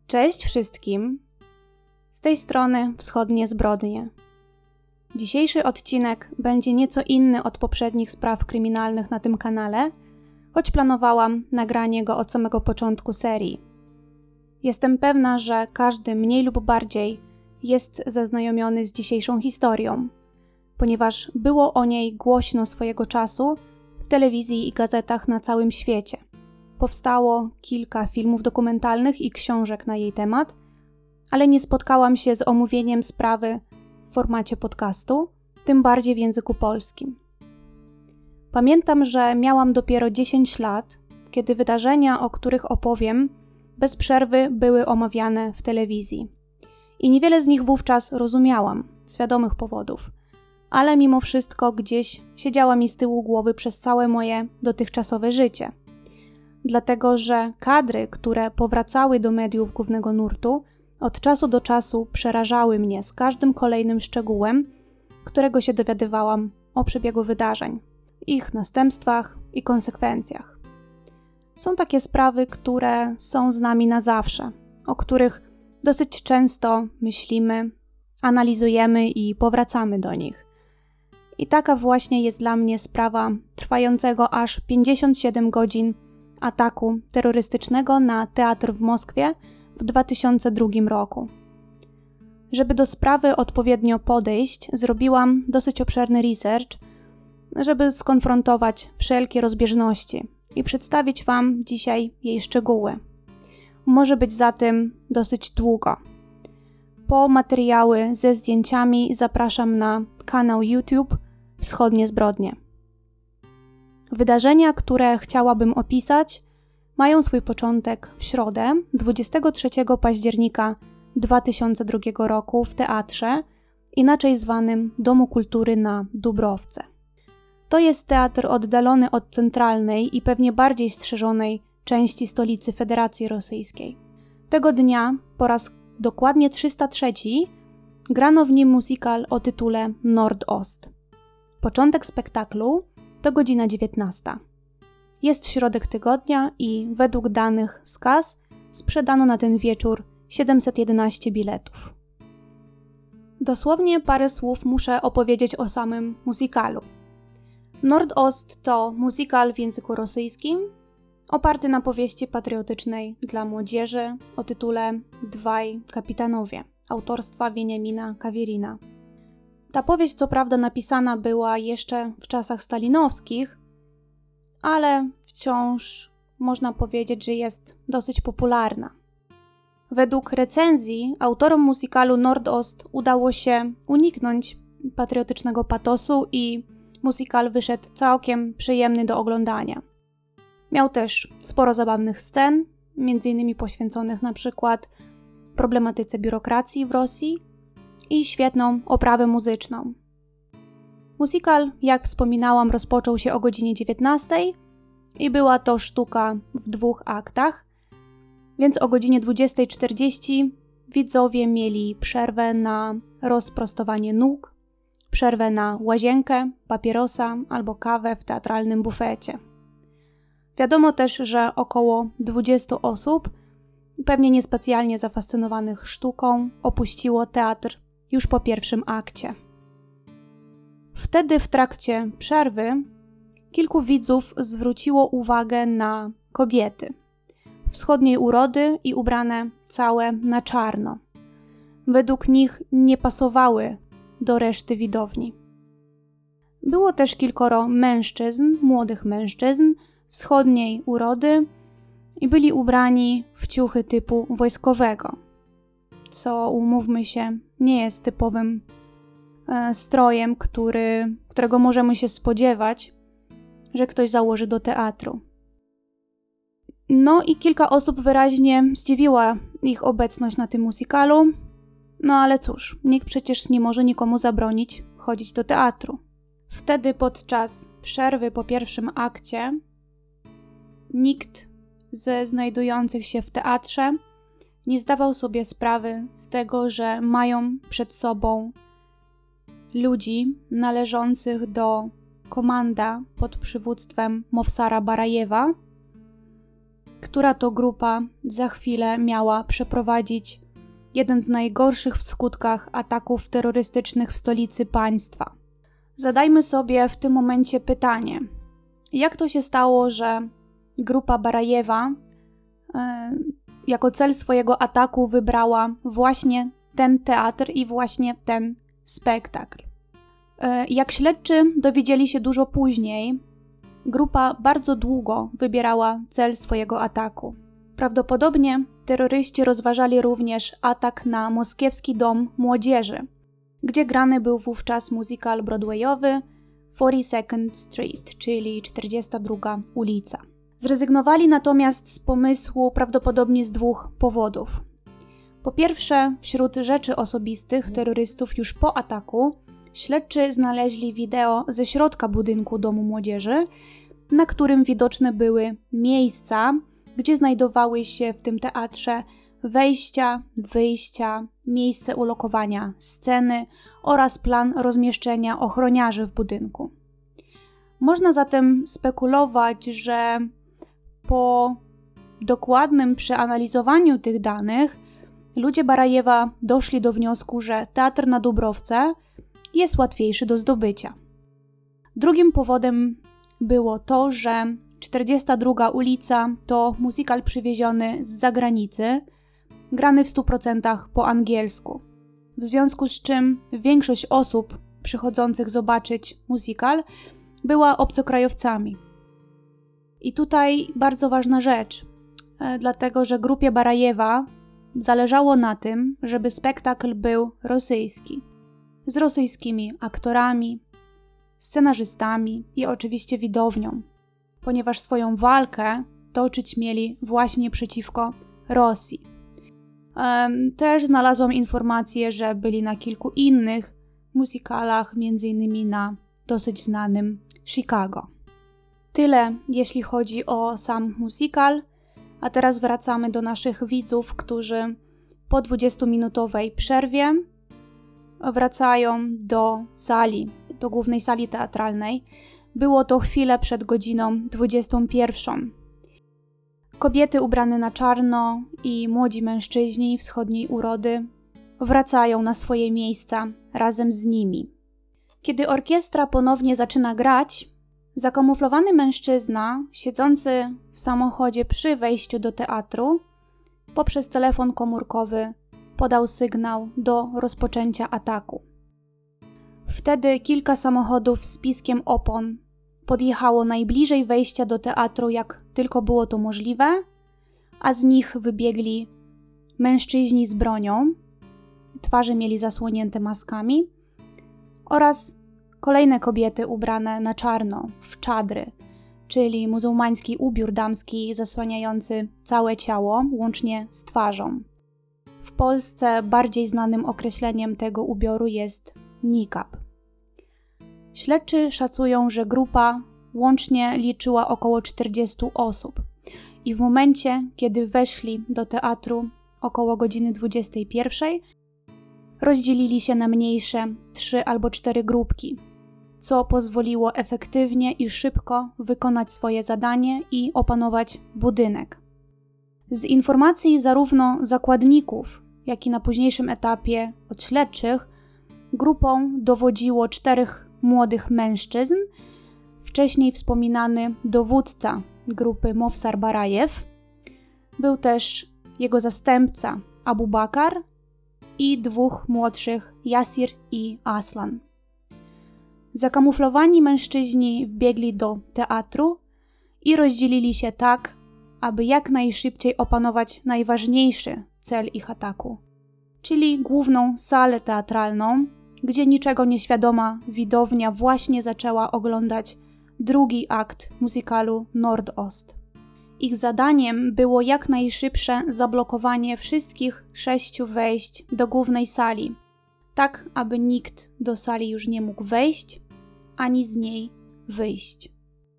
Cześć wszystkim! Z tej strony Wschodnie Zbrodnie. Dzisiejszy odcinek będzie nieco inny od poprzednich spraw kryminalnych na tym kanale, choć planowałam nagranie go od samego początku serii. Jestem pewna, że każdy mniej lub bardziej jest zaznajomiony z dzisiejszą historią, ponieważ było o niej głośno swojego czasu w telewizji i gazetach na całym świecie. Powstało kilka filmów dokumentalnych i książek na jej temat, ale nie spotkałam się z omówieniem sprawy w formacie podcastu, tym bardziej w języku polskim. Pamiętam, że miałam dopiero 10 lat, kiedy wydarzenia, o których opowiem, bez przerwy były omawiane w telewizji. I niewiele z nich wówczas rozumiałam, z wiadomych powodów, ale mimo wszystko gdzieś siedziała mi z tyłu głowy przez całe moje dotychczasowe życie. Dlatego, że kadry, które powracały do mediów głównego nurtu, od czasu do czasu przerażały mnie z każdym kolejnym szczegółem, którego się dowiadywałam o przebiegu wydarzeń, ich następstwach i konsekwencjach. Są takie sprawy, które są z nami na zawsze, o których dosyć często myślimy, analizujemy i powracamy do nich. I taka właśnie jest dla mnie sprawa trwającego aż 57 godzin ataku terrorystycznego na teatr w Moskwie w 2002 roku. Żeby do sprawy odpowiednio podejść, zrobiłam dosyć obszerny research, żeby skonfrontować wszelkie rozbieżności i przedstawić Wam dzisiaj jej szczegóły. Może być zatem dosyć długo. Po materiały ze zdjęciami zapraszam na kanał YouTube Wschodnie Zbrodnie. Wydarzenia, które chciałabym opisać, mają swój początek w środę, 23 października 2002 roku w teatrze, inaczej zwanym Domu Kultury na Dubrowce. To jest teatr oddalony od centralnej i pewnie bardziej strzeżonej części stolicy Federacji Rosyjskiej. Tego dnia, po raz dokładnie 303, grano w nim musical o tytule Nord-Ost. Początek spektaklu to godzina 19. Jest środek tygodnia i według danych z kas sprzedano na ten wieczór 711 biletów. Dosłownie parę słów muszę opowiedzieć o samym musicalu. Nord-Ost to musical w języku rosyjskim, oparty na powieści patriotycznej dla młodzieży o tytule Dwaj kapitanowie, autorstwa Wieniamina Kawierina. Ta powieść co prawda napisana była jeszcze w czasach stalinowskich, ale wciąż można powiedzieć, że jest dosyć popularna. Według recenzji autorom musicalu Nord-Ost udało się uniknąć patriotycznego patosu i musical wyszedł całkiem przyjemny do oglądania. Miał też sporo zabawnych scen, m.in. poświęconych na przykład problematyce biurokracji w Rosji i świetną oprawę muzyczną. Musical, jak wspominałam, rozpoczął się o godzinie 19 i była to sztuka w 2 aktach, więc o godzinie 20:40 widzowie mieli przerwę na rozprostowanie nóg, przerwę na łazienkę, papierosa albo kawę w teatralnym bufecie. Wiadomo też, że około 20 osób, pewnie niespecjalnie zafascynowanych sztuką, opuściło teatr już po pierwszym akcie. Wtedy w trakcie przerwy kilku widzów zwróciło uwagę na kobiety wschodniej urody i ubrane całe na czarno. Według nich nie pasowały do reszty widowni. Było też kilkoro mężczyzn, młodych mężczyzn wschodniej urody i byli ubrani w ciuchy typu wojskowego, co, umówmy się, nie jest typowym strojem, którego możemy się spodziewać, że ktoś założy do teatru. No i kilka osób wyraźnie zdziwiła ich obecność na tym musicalu, no ale cóż, nikt przecież nie może nikomu zabronić chodzić do teatru. Wtedy podczas przerwy po pierwszym akcie nikt ze znajdujących się w teatrze nie zdawał sobie sprawy z tego, że mają przed sobą ludzi należących do komanda pod przywództwem Mowsara Barajewa, która to grupa za chwilę miała przeprowadzić jeden z najgorszych w skutkach ataków terrorystycznych w stolicy państwa. Zadajmy sobie w tym momencie pytanie, jak to się stało, że grupa Barajewa jako cel swojego ataku wybrała właśnie ten teatr i właśnie ten spektakl. Jak śledczy dowiedzieli się dużo później, grupa bardzo długo wybierała cel swojego ataku. Prawdopodobnie terroryści rozważali również atak na moskiewski dom młodzieży, gdzie grany był wówczas muzykal broadwayowy 42nd Street, czyli 42 ulica. Zrezygnowali natomiast z pomysłu prawdopodobnie z dwóch powodów. Po pierwsze, wśród rzeczy osobistych terrorystów już po ataku śledczy znaleźli wideo ze środka budynku domu młodzieży, na którym widoczne były miejsca, gdzie znajdowały się w tym teatrze wejścia, wyjścia, miejsce ulokowania sceny oraz plan rozmieszczenia ochroniarzy w budynku. Można zatem spekulować, że po dokładnym przeanalizowaniu tych danych ludzie Barajewa doszli do wniosku, że teatr na Dąbrowce jest łatwiejszy do zdobycia. Drugim powodem było to, że 42 ulica to muzykal przywieziony z zagranicy, grany w 100% po angielsku, w związku z czym większość osób przychodzących zobaczyć muzykal była obcokrajowcami. I tutaj bardzo ważna rzecz, dlatego że grupie Barajewa zależało na tym, żeby spektakl był rosyjski, z rosyjskimi aktorami, scenarzystami i oczywiście widownią, ponieważ swoją walkę toczyć mieli właśnie przeciwko Rosji. Też znalazłam informację, że byli na kilku innych muzykalach, m.in. na dosyć znanym Chicago. Tyle, jeśli chodzi o sam muzykal, a teraz wracamy do naszych widzów, którzy po 20-minutowej przerwie wracają do sali, do głównej sali teatralnej. Było to chwilę przed godziną 21. Kobiety ubrane na czarno i młodzi mężczyźni wschodniej urody wracają na swoje miejsca razem z nimi. Kiedy orkiestra ponownie zaczyna grać, zakamuflowany mężczyzna siedzący w samochodzie przy wejściu do teatru poprzez telefon komórkowy podał sygnał do rozpoczęcia ataku. Wtedy kilka samochodów z piskiem opon podjechało najbliżej wejścia do teatru, jak tylko było to możliwe, a z nich wybiegli mężczyźni z bronią, twarze mieli zasłonięte maskami, oraz kolejne kobiety ubrane na czarno, w czadry, czyli muzułmański ubiór damski zasłaniający całe ciało, łącznie z twarzą. W Polsce bardziej znanym określeniem tego ubioru jest nikab. Śledczy szacują, że grupa łącznie liczyła około 40 osób i w momencie, kiedy weszli do teatru około godziny 21, rozdzielili się na mniejsze 3 albo 4 grupki, co pozwoliło efektywnie i szybko wykonać swoje zadanie i opanować budynek. Z informacji zarówno zakładników, jak i na późniejszym etapie od śledczych, grupą dowodziło 4 młodych mężczyzn, wcześniej wspominany dowódca grupy Mofsar Barajew, był też jego zastępca Abu Bakar i 2 młodszych Yasir i Aslan. Zakamuflowani mężczyźni wbiegli do teatru i rozdzielili się tak, aby jak najszybciej opanować najważniejszy cel ich ataku, czyli główną salę teatralną, gdzie niczego nieświadoma widownia właśnie zaczęła oglądać drugi akt muzykalu Nordost. Ich zadaniem było jak najszybsze zablokowanie wszystkich 6 wejść do głównej sali, tak aby nikt do sali już nie mógł wejść, ani z niej wyjść.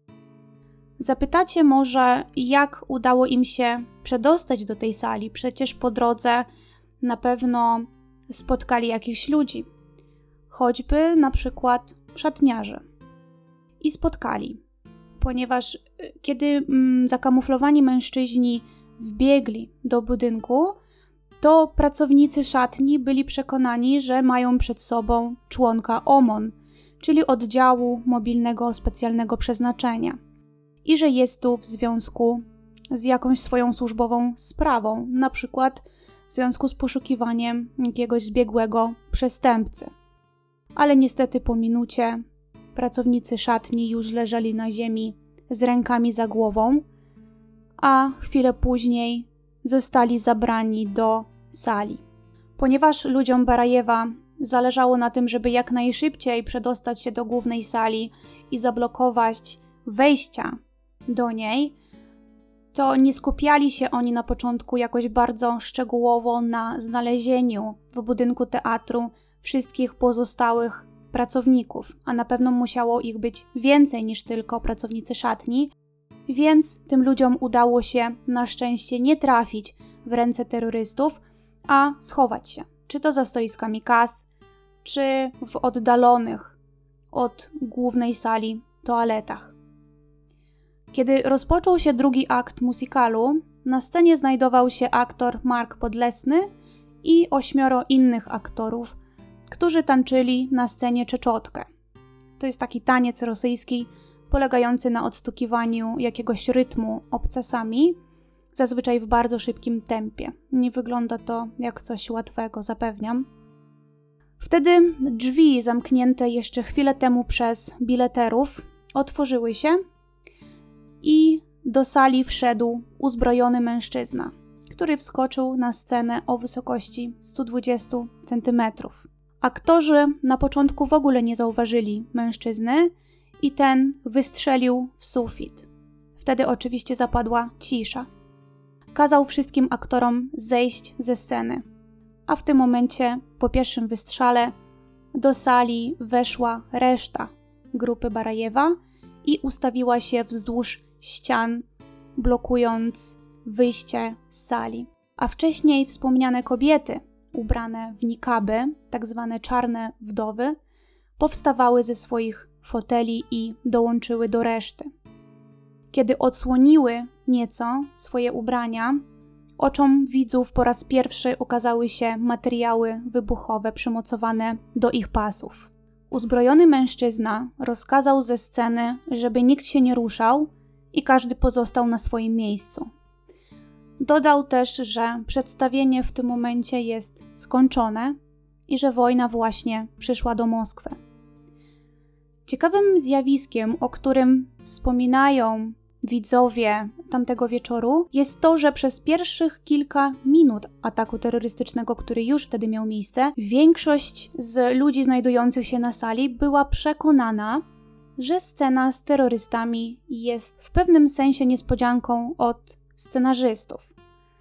Zapytacie może, jak udało im się przedostać do tej sali? Przecież po drodze na pewno spotkali jakichś ludzi, choćby na przykład szatniarzy. I spotkali. ponieważ kiedy zakamuflowani mężczyźni wbiegli do budynku, to pracownicy szatni byli przekonani, że mają przed sobą członka OMON, czyli Oddziału Mobilnego Specjalnego Przeznaczenia, i że jest tu w związku z jakąś swoją służbową sprawą, na przykład w związku z poszukiwaniem jakiegoś zbiegłego przestępcy. Ale niestety po minucie pracownicy szatni już leżeli na ziemi z rękami za głową, a chwilę później zostali zabrani do sali. Ponieważ ludziom Barajewa zależało na tym, żeby jak najszybciej przedostać się do głównej sali i zablokować wejścia do niej, to nie skupiali się oni na początku jakoś bardzo szczegółowo na znalezieniu w budynku teatru wszystkich pozostałych pracowników, a na pewno musiało ich być więcej niż tylko pracownicy szatni, więc tym ludziom udało się na szczęście nie trafić w ręce terrorystów, a schować się, czy to za stoiskami kas, czy w oddalonych od głównej sali toaletach. Kiedy rozpoczął się drugi akt musicalu, na scenie znajdował się aktor Mark Podlesny i 8 innych aktorów, którzy tańczyli na scenie czeczotkę. To jest taki taniec rosyjski polegający na odstukiwaniu jakiegoś rytmu obcasami, zazwyczaj w bardzo szybkim tempie. Nie wygląda to jak coś łatwego, zapewniam. Wtedy drzwi zamknięte jeszcze chwilę temu przez bileterów otworzyły się i do sali wszedł uzbrojony mężczyzna, który wskoczył na scenę o wysokości 120 cm. Aktorzy na początku w ogóle nie zauważyli mężczyzny i ten wystrzelił w sufit. Wtedy oczywiście zapadła cisza. Kazał wszystkim aktorom zejść ze sceny, a w tym momencie, po pierwszym wystrzale, do sali weszła reszta grupy Barajewa i ustawiła się wzdłuż ścian, blokując wyjście z sali. A wcześniej wspomniane kobiety, ubrane w nikaby, tak zwane czarne wdowy, powstawały ze swoich foteli i dołączyły do reszty. Kiedy odsłoniły nieco swoje ubrania, oczom widzów po raz pierwszy ukazały się materiały wybuchowe przymocowane do ich pasów. Uzbrojony mężczyzna rozkazał ze sceny, żeby nikt się nie ruszał i każdy pozostał na swoim miejscu. Dodał też, że przedstawienie w tym momencie jest skończone i że wojna właśnie przyszła do Moskwy. Ciekawym zjawiskiem, o którym wspominają widzowie tamtego wieczoru, jest to, że przez pierwszych kilka minut ataku terrorystycznego, który już wtedy miał miejsce, większość z ludzi znajdujących się na sali była przekonana, że scena z terrorystami jest w pewnym sensie niespodzianką od scenarzystów.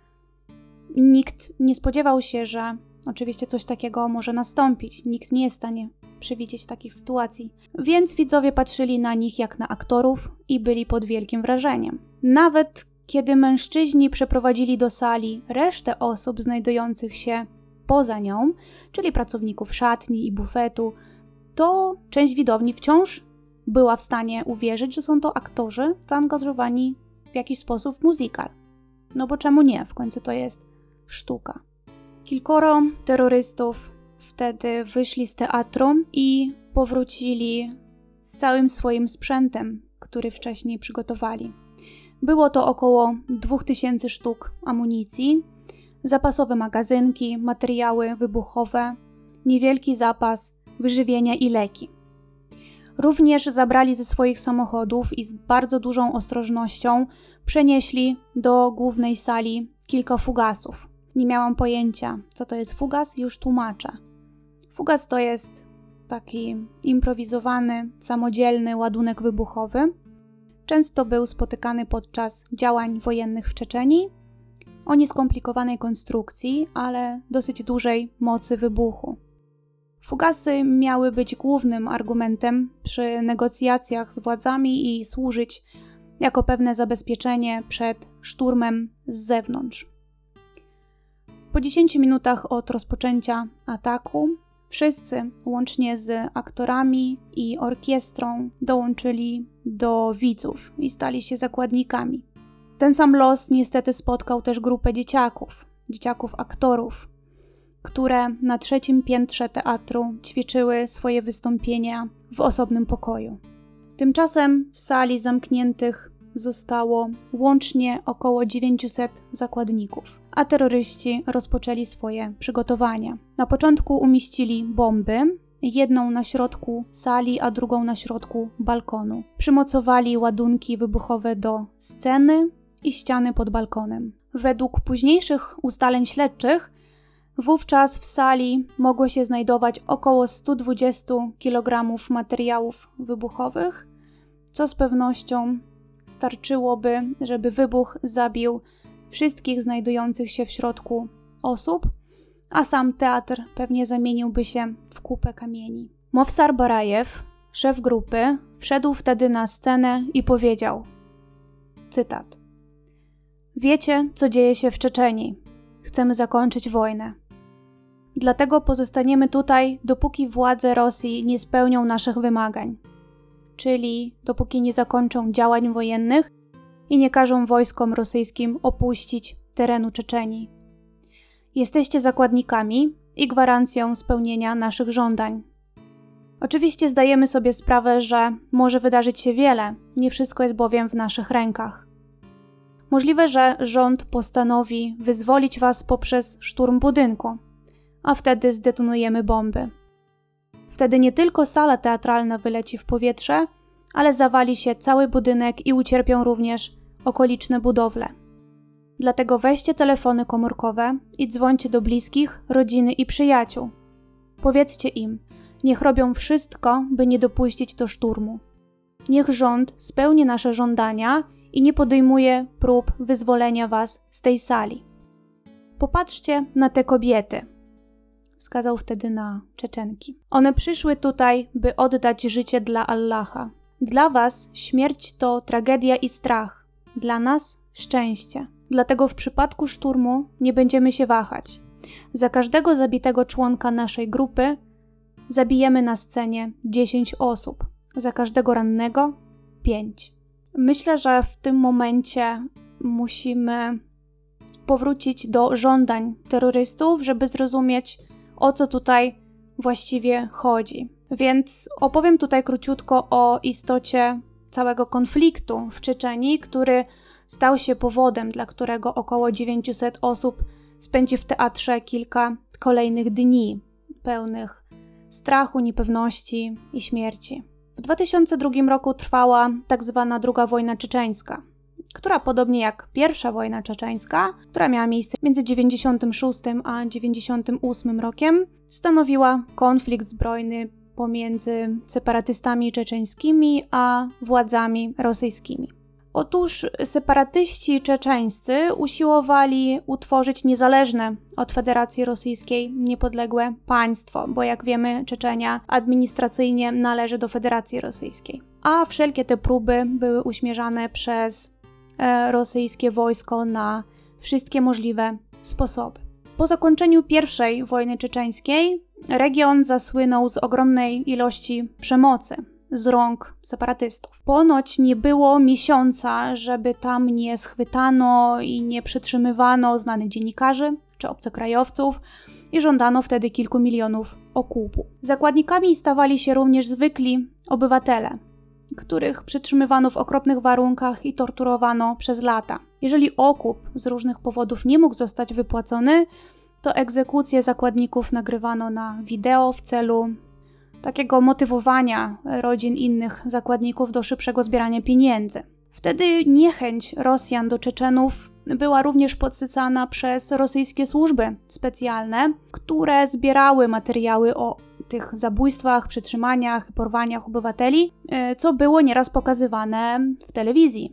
Nikt nie spodziewał się, że oczywiście coś takiego może nastąpić. Nikt nie jest w stanie przewidzieć takich sytuacji. Więc widzowie patrzyli na nich jak na aktorów i byli pod wielkim wrażeniem. Nawet kiedy mężczyźni przeprowadzili do sali resztę osób znajdujących się poza nią, czyli pracowników szatni i bufetu, to część widowni wciąż była w stanie uwierzyć, że są to aktorzy zaangażowani w jakiś sposób w musical. No bo czemu nie? W końcu to jest sztuka. Kilkoro terrorystów wtedy wyszli z teatru i powrócili z całym swoim sprzętem, który wcześniej przygotowali. Było to około 2000 sztuk amunicji, zapasowe magazynki, materiały wybuchowe, niewielki zapas wyżywienia i leki. Również zabrali ze swoich samochodów i z bardzo dużą ostrożnością przenieśli do głównej sali kilka fugasów. Nie miałam pojęcia, co to jest fugas, już tłumaczę. Fugas to jest taki improwizowany, samodzielny ładunek wybuchowy. Często był spotykany podczas działań wojennych w Czeczenii, o nieskomplikowanej konstrukcji, ale dosyć dużej mocy wybuchu. Fugasy miały być głównym argumentem przy negocjacjach z władzami i służyć jako pewne zabezpieczenie przed szturmem z zewnątrz. Po 10 minutach od rozpoczęcia ataku Wszyscy, łącznie z aktorami i orkiestrą, dołączyli do widzów i stali się zakładnikami. Ten sam los niestety spotkał też grupę dzieciaków aktorów, które na 3. piętrze teatru ćwiczyły swoje wystąpienia w osobnym pokoju. Tymczasem w sali zamkniętych zostało łącznie około 900 zakładników, a terroryści rozpoczęli swoje przygotowania. Na początku umieścili bomby, jedną na środku sali, a drugą na środku balkonu. Przymocowali ładunki wybuchowe do sceny i ściany pod balkonem. Według późniejszych ustaleń śledczych, wówczas w sali mogło się znajdować około 120 kg materiałów wybuchowych, co z pewnością starczyłoby, żeby wybuch zabił wszystkich znajdujących się w środku osób, a sam teatr pewnie zamieniłby się w kupę kamieni. Mowsar Barajew, szef grupy, wszedł wtedy na scenę i powiedział, cytat: „Wiecie, co dzieje się w Czeczenii. Chcemy zakończyć wojnę. Dlatego pozostaniemy tutaj, dopóki władze Rosji nie spełnią naszych wymagań, czyli dopóki nie zakończą działań wojennych i nie każą wojskom rosyjskim opuścić terenu Czeczenii. Jesteście zakładnikami i gwarancją spełnienia naszych żądań. Oczywiście zdajemy sobie sprawę, że może wydarzyć się wiele, nie wszystko jest bowiem w naszych rękach. Możliwe, że rząd postanowi wyzwolić was poprzez szturm budynku, a wtedy zdetonujemy bomby. Wtedy nie tylko sala teatralna wyleci w powietrze, ale zawali się cały budynek i ucierpią również okoliczne budowle. Dlatego weźcie telefony komórkowe i dzwońcie do bliskich, rodziny i przyjaciół. Powiedzcie im, niech robią wszystko, by nie dopuścić do szturmu. Niech rząd spełni nasze żądania i nie podejmuje prób wyzwolenia was z tej sali. Popatrzcie na te kobiety”, wskazał wtedy na Czeczenki. „One przyszły tutaj, by oddać życie dla Allaha. Dla was śmierć to tragedia i strach, dla nas szczęście. Dlatego w przypadku szturmu nie będziemy się wahać. Za każdego zabitego członka naszej grupy zabijemy na scenie 10 osób, za każdego rannego 5. Myślę, że w tym momencie musimy powrócić do żądań terrorystów, żeby zrozumieć, o co tutaj właściwie chodzi. Więc opowiem tutaj króciutko o istocie całego konfliktu w Czeczenii, który stał się powodem, dla którego około 900 osób spędzi w teatrze kilka kolejnych dni, pełnych strachu, niepewności i śmierci. W 2002 roku trwała tzw. II wojna czeczeńska, która podobnie jak I wojna czeczeńska, która miała miejsce między 96 a 98 rokiem, stanowiła konflikt zbrojny pomiędzy separatystami czeczeńskimi a władzami rosyjskimi. Otóż separatyści czeczeńscy usiłowali utworzyć niezależne od Federacji Rosyjskiej niepodległe państwo, bo jak wiemy, Czeczenia administracyjnie należy do Federacji Rosyjskiej. A wszelkie te próby były uśmierzane przez rosyjskie wojsko na wszystkie możliwe sposoby. Po zakończeniu I wojny czeczeńskiej region zasłynął z ogromnej ilości przemocy z rąk separatystów. Ponoć nie było miesiąca, żeby tam nie schwytano i nie przetrzymywano znanych dziennikarzy czy obcokrajowców i żądano wtedy kilku milionów okupu. Zakładnikami stawali się również zwykli obywatele, których przetrzymywano w okropnych warunkach i torturowano przez lata. Jeżeli okup z różnych powodów nie mógł zostać wypłacony, to egzekucje zakładników nagrywano na wideo w celu takiego motywowania rodzin innych zakładników do szybszego zbierania pieniędzy. Wtedy niechęć Rosjan do Czeczenów była również podsycana przez rosyjskie służby specjalne, które zbierały materiały o tych zabójstwach, przetrzymaniach, porwaniach obywateli, co było nieraz pokazywane w telewizji.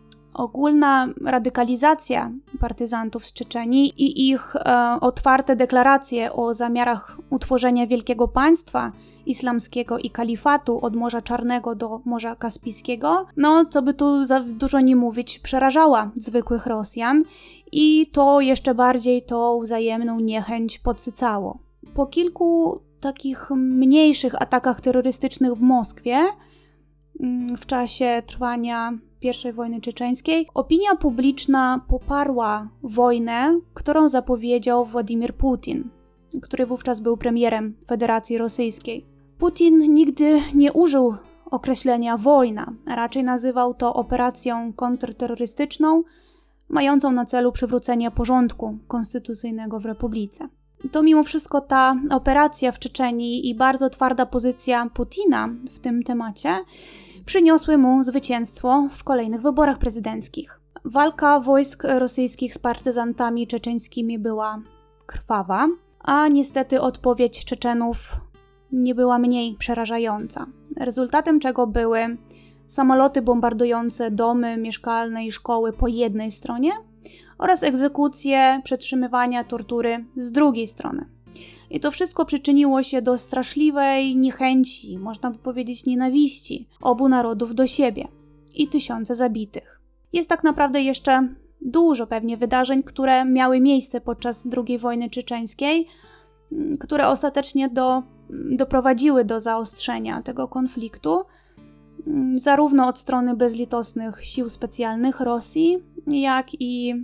Ogólna radykalizacja partyzantów z Czeczenii i ich otwarte deklaracje o zamiarach utworzenia wielkiego państwa islamskiego i kalifatu od Morza Czarnego do Morza Kaspijskiego, co by tu za dużo nie mówić, przerażała zwykłych Rosjan i to jeszcze bardziej tą wzajemną niechęć podsycało. Po kilku takich mniejszych atakach terrorystycznych w Moskwie w czasie trwania I wojny czeczeńskiej, opinia publiczna poparła wojnę, którą zapowiedział Władimir Putin, który wówczas był premierem Federacji Rosyjskiej. Putin nigdy nie użył określenia wojna, a raczej nazywał to operacją kontrterrorystyczną, mającą na celu przywrócenie porządku konstytucyjnego w Republice. To mimo wszystko ta operacja w Czeczenii i bardzo twarda pozycja Putina w tym temacie przyniosły mu zwycięstwo w kolejnych wyborach prezydenckich. Walka wojsk rosyjskich z partyzantami czeczeńskimi była krwawa, a niestety odpowiedź Czeczenów nie była mniej przerażająca, rezultatem czego były samoloty bombardujące domy mieszkalne i szkoły po jednej stronie oraz egzekucje, przetrzymywania, tortury z drugiej strony. I to wszystko przyczyniło się do straszliwej niechęci, można by powiedzieć nienawiści obu narodów do siebie i tysiące zabitych. Jest tak naprawdę jeszcze dużo pewnie wydarzeń, które miały miejsce podczas II wojny czeczeńskiej, które ostatecznie doprowadziły do zaostrzenia tego konfliktu, zarówno od strony bezlitosnych sił specjalnych Rosji, jak i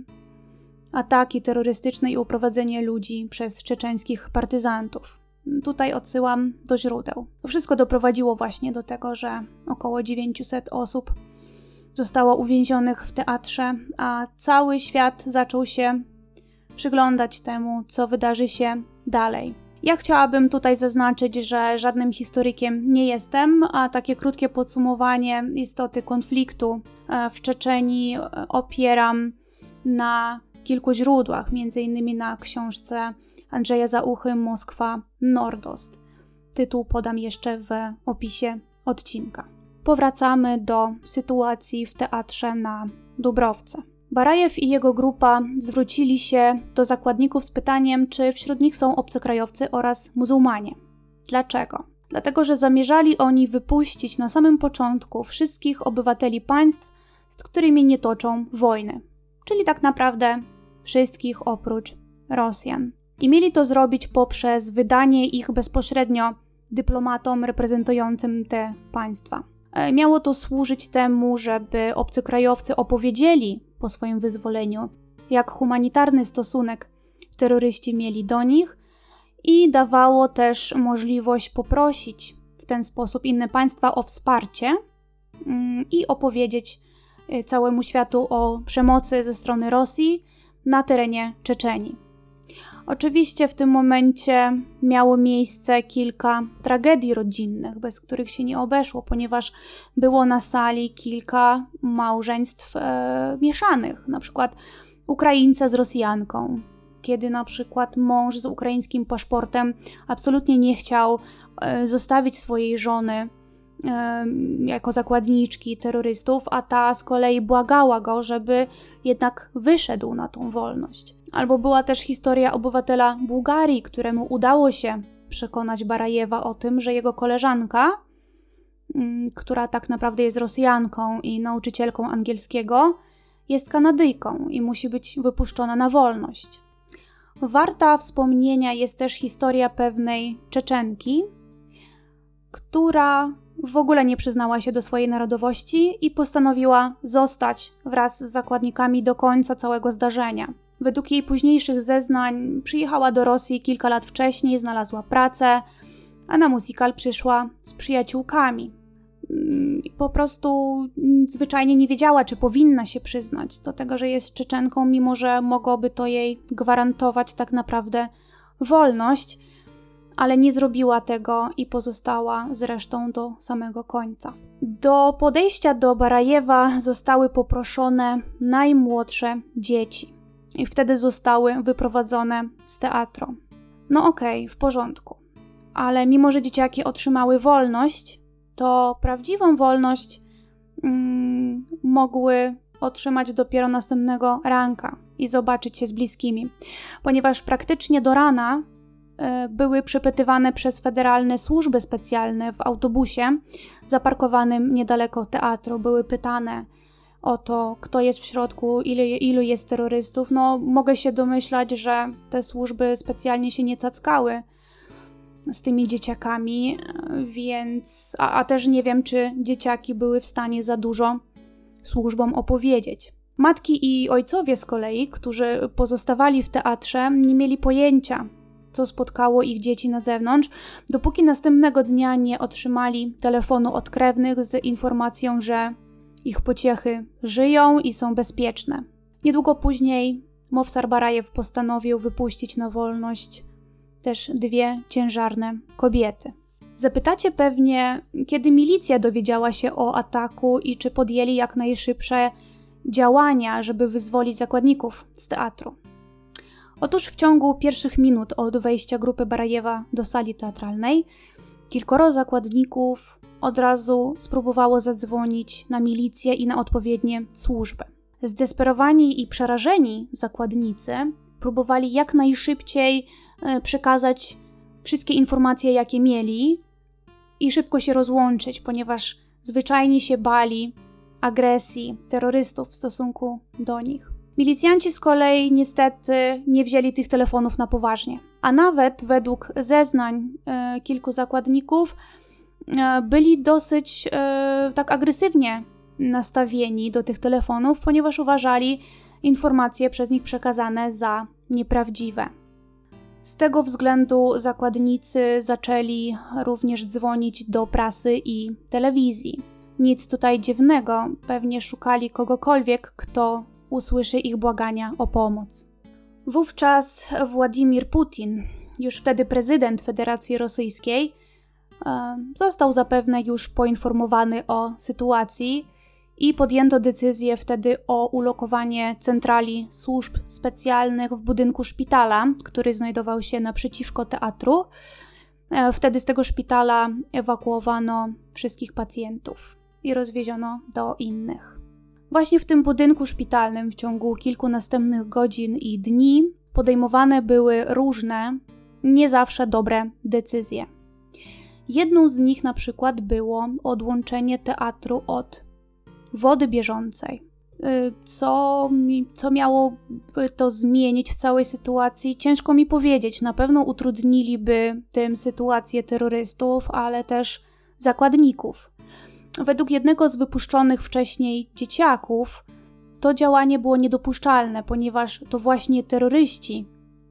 ataki terrorystyczne i uprowadzenie ludzi przez czeczeńskich partyzantów. Tutaj odsyłam do źródeł. To wszystko doprowadziło właśnie do tego, że około 900 osób zostało uwięzionych w teatrze, a cały świat zaczął się przyglądać temu, co wydarzy się dalej. Ja chciałabym tutaj zaznaczyć, że żadnym historykiem nie jestem, a takie krótkie podsumowanie istoty konfliktu w Czeczenii opieram na kilku źródłach, m.in. na książce Andrzeja Zauchy Moskwa Nordost. Tytuł podam jeszcze w opisie odcinka. Powracamy do sytuacji w teatrze na Dubrowce. Barajew i jego grupa zwrócili się do zakładników z pytaniem, czy wśród nich są obcokrajowcy oraz muzułmanie. Dlaczego? Dlatego, że zamierzali oni wypuścić na samym początku wszystkich obywateli państw, z którymi nie toczą wojny. Czyli tak naprawdę wszystkich oprócz Rosjan. I mieli to zrobić poprzez wydanie ich bezpośrednio dyplomatom reprezentującym te państwa. Miało to służyć temu, żeby obcokrajowcy opowiedzieli po swoim wyzwoleniu, jak humanitarny stosunek terroryści mieli do nich i dawało też możliwość poprosić w ten sposób inne państwa o wsparcie i opowiedzieć całemu światu o przemocy ze strony Rosji na terenie Czeczenii. Oczywiście w tym momencie miało miejsce kilka tragedii rodzinnych, bez których się nie obeszło, ponieważ było na sali kilka małżeństw mieszanych, na przykład Ukraińca z Rosjanką, kiedy na przykład mąż z ukraińskim paszportem absolutnie nie chciał zostawić swojej żony jako zakładniczki terrorystów, a ta z kolei błagała go, żeby jednak wyszedł na tą wolność. Albo była też historia obywatela Bułgarii, któremu udało się przekonać Barajewa o tym, że jego koleżanka, która tak naprawdę jest Rosjanką i nauczycielką angielskiego, jest Kanadyjką i musi być wypuszczona na wolność. Warta wspomnienia jest też historia pewnej Czeczenki, która w ogóle nie przyznała się do swojej narodowości i postanowiła zostać wraz z zakładnikami do końca całego zdarzenia. Według jej późniejszych zeznań przyjechała do Rosji kilka lat wcześniej, znalazła pracę, a na musikal przyszła z przyjaciółkami. Po prostu zwyczajnie nie wiedziała, czy powinna się przyznać do tego, że jest Czeczenką, mimo że mogłoby to jej gwarantować tak naprawdę wolność, ale nie zrobiła tego i pozostała zresztą do samego końca. Do podejścia do Barajewa zostały poproszone najmłodsze dzieci i wtedy zostały wyprowadzone z teatru. No okej, w porządku, ale mimo że dzieciaki otrzymały wolność, to prawdziwą wolność mogły otrzymać dopiero następnego ranka i zobaczyć się z bliskimi, ponieważ praktycznie do rana były przepytywane przez federalne służby specjalne w autobusie zaparkowanym niedaleko teatru. Były pytane o to, kto jest w środku, ilu jest terrorystów. No, mogę się domyślać, że te służby specjalnie się nie cackały z tymi dzieciakami, więc a też nie wiem, czy dzieciaki były w stanie za dużo służbom opowiedzieć. Matki i ojcowie z kolei, którzy pozostawali w teatrze, nie mieli pojęcia, co spotkało ich dzieci na zewnątrz, dopóki następnego dnia nie otrzymali telefonu od krewnych z informacją, że ich pociechy żyją i są bezpieczne. Niedługo później Mowsar Barajew postanowił wypuścić na wolność też 2 ciężarne kobiety. Zapytacie pewnie, kiedy milicja dowiedziała się o ataku i czy podjęli jak najszybsze działania, żeby wyzwolić zakładników z teatru. Otóż w ciągu pierwszych minut od wejścia grupy Barajewa do sali teatralnej kilkoro zakładników od razu spróbowało zadzwonić na milicję i na odpowiednie służby. Zdesperowani i przerażeni zakładnicy próbowali jak najszybciej przekazać wszystkie informacje, jakie mieli i szybko się rozłączyć, ponieważ zwyczajnie się bali agresji terrorystów w stosunku do nich. Milicjanci z kolei niestety nie wzięli tych telefonów na poważnie, a nawet według zeznań kilku zakładników byli dosyć tak agresywnie nastawieni do tych telefonów, ponieważ uważali informacje przez nich przekazane za nieprawdziwe. Z tego względu zakładnicy zaczęli również dzwonić do prasy i telewizji. Nic tutaj dziwnego, pewnie szukali kogokolwiek, kto usłyszy ich błagania o pomoc. Wówczas Władimir Putin, już wtedy prezydent Federacji Rosyjskiej, został zapewne już poinformowany o sytuacji i podjęto decyzję wtedy o ulokowanie centrali służb specjalnych w budynku szpitala, który znajdował się naprzeciwko teatru. Wtedy z tego szpitala ewakuowano wszystkich pacjentów i rozwieziono do innych. Właśnie w tym budynku szpitalnym w ciągu kilku następnych godzin i dni podejmowane były różne, nie zawsze dobre decyzje. Jedną z nich na przykład było odłączenie teatru od wody bieżącej. Co miałoby to zmienić w całej sytuacji? Ciężko mi powiedzieć. Na pewno utrudniliby tym sytuację terrorystów, ale też zakładników. Według jednego z wypuszczonych wcześniej dzieciaków to działanie było niedopuszczalne, ponieważ to właśnie terroryści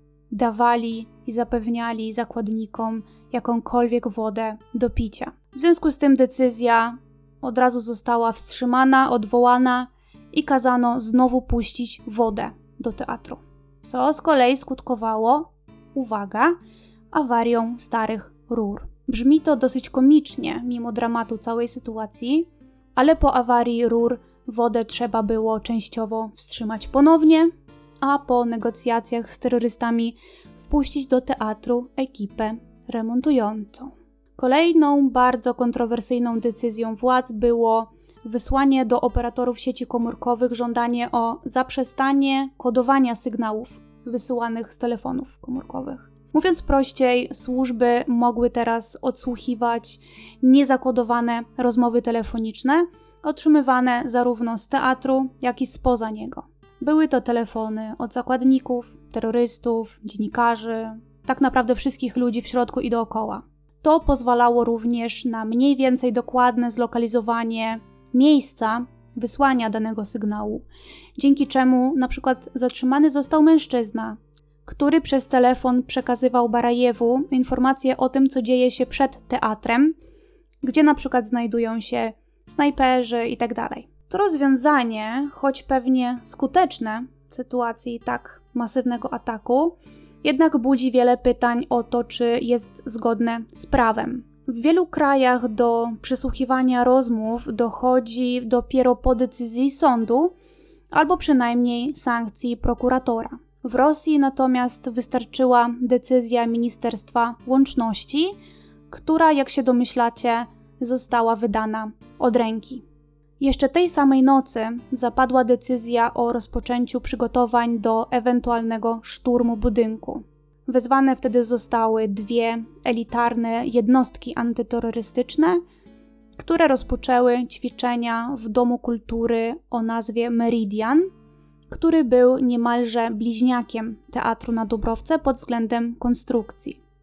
dawali i zapewniali zakładnikom jakąkolwiek wodę do picia. W związku z tym decyzja od razu została wstrzymana, odwołana i kazano znowu puścić wodę do teatru, co z kolei skutkowało, uwaga, awarią starych rur. Brzmi to dosyć komicznie, mimo dramatu całej sytuacji, ale po awarii rur wodę trzeba było częściowo wstrzymać ponownie, a po negocjacjach z terrorystami wpuścić do teatru ekipę remontującą. Kolejną bardzo kontrowersyjną decyzją władz było wysłanie do operatorów sieci komórkowych żądanie o zaprzestanie kodowania sygnałów wysyłanych z telefonów komórkowych. Mówiąc prościej, służby mogły teraz odsłuchiwać niezakodowane rozmowy telefoniczne, otrzymywane zarówno z teatru, jak i spoza niego. Były to telefony od zakładników, terrorystów, dziennikarzy, tak naprawdę wszystkich ludzi w środku i dookoła. To pozwalało również na mniej więcej dokładne zlokalizowanie miejsca wysłania danego sygnału, dzięki czemu na przykład zatrzymany został mężczyzna, który przez telefon przekazywał Barajewu informacje o tym, co dzieje się przed teatrem, gdzie na przykład znajdują się snajperzy itd. To rozwiązanie, choć pewnie skuteczne w sytuacji tak masywnego ataku, jednak budzi wiele pytań o to, czy jest zgodne z prawem. W wielu krajach do przesłuchiwania rozmów dochodzi dopiero po decyzji sądu albo przynajmniej sankcji prokuratora. W Rosji natomiast wystarczyła decyzja Ministerstwa Łączności, która, jak się domyślacie, została wydana od ręki. Jeszcze tej samej nocy zapadła decyzja o rozpoczęciu przygotowań do ewentualnego szturmu budynku. Wezwane wtedy zostały 2 elitarne jednostki antyterrorystyczne, które rozpoczęły ćwiczenia w Domu Kultury o nazwie Meridian, który był niemalże bliźniakiem Teatru na Dąbrowce pod względem konstrukcji.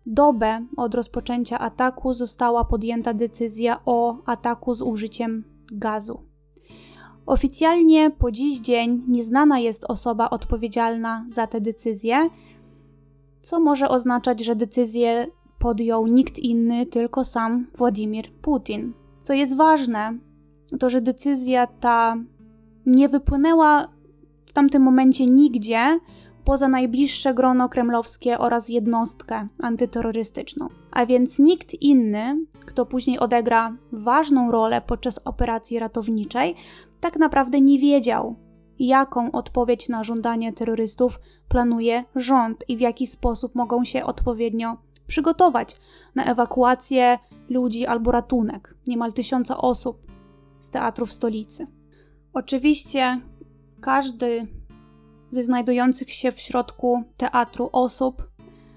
dobę od rozpoczęcia ataku została podjęta decyzja o ataku z użyciem gazu. Oficjalnie po dziś dzień nieznana jest osoba odpowiedzialna za tę decyzję, co może oznaczać, że decyzję podjął nikt inny, tylko sam Władimir Putin. Co jest ważne, to że decyzja ta nie wypłynęła w tamtym momencie nigdzie poza najbliższe grono kremlowskie oraz jednostkę antyterrorystyczną. A więc nikt inny, kto później odegra ważną rolę podczas operacji ratowniczej, tak naprawdę nie wiedział, jaką odpowiedź na żądanie terrorystów planuje rząd i w jaki sposób mogą się odpowiednio przygotować na ewakuację ludzi albo ratunek niemal 1000 osób z teatru w stolicy. Oczywiście każdy ze znajdujących się w środku teatru osób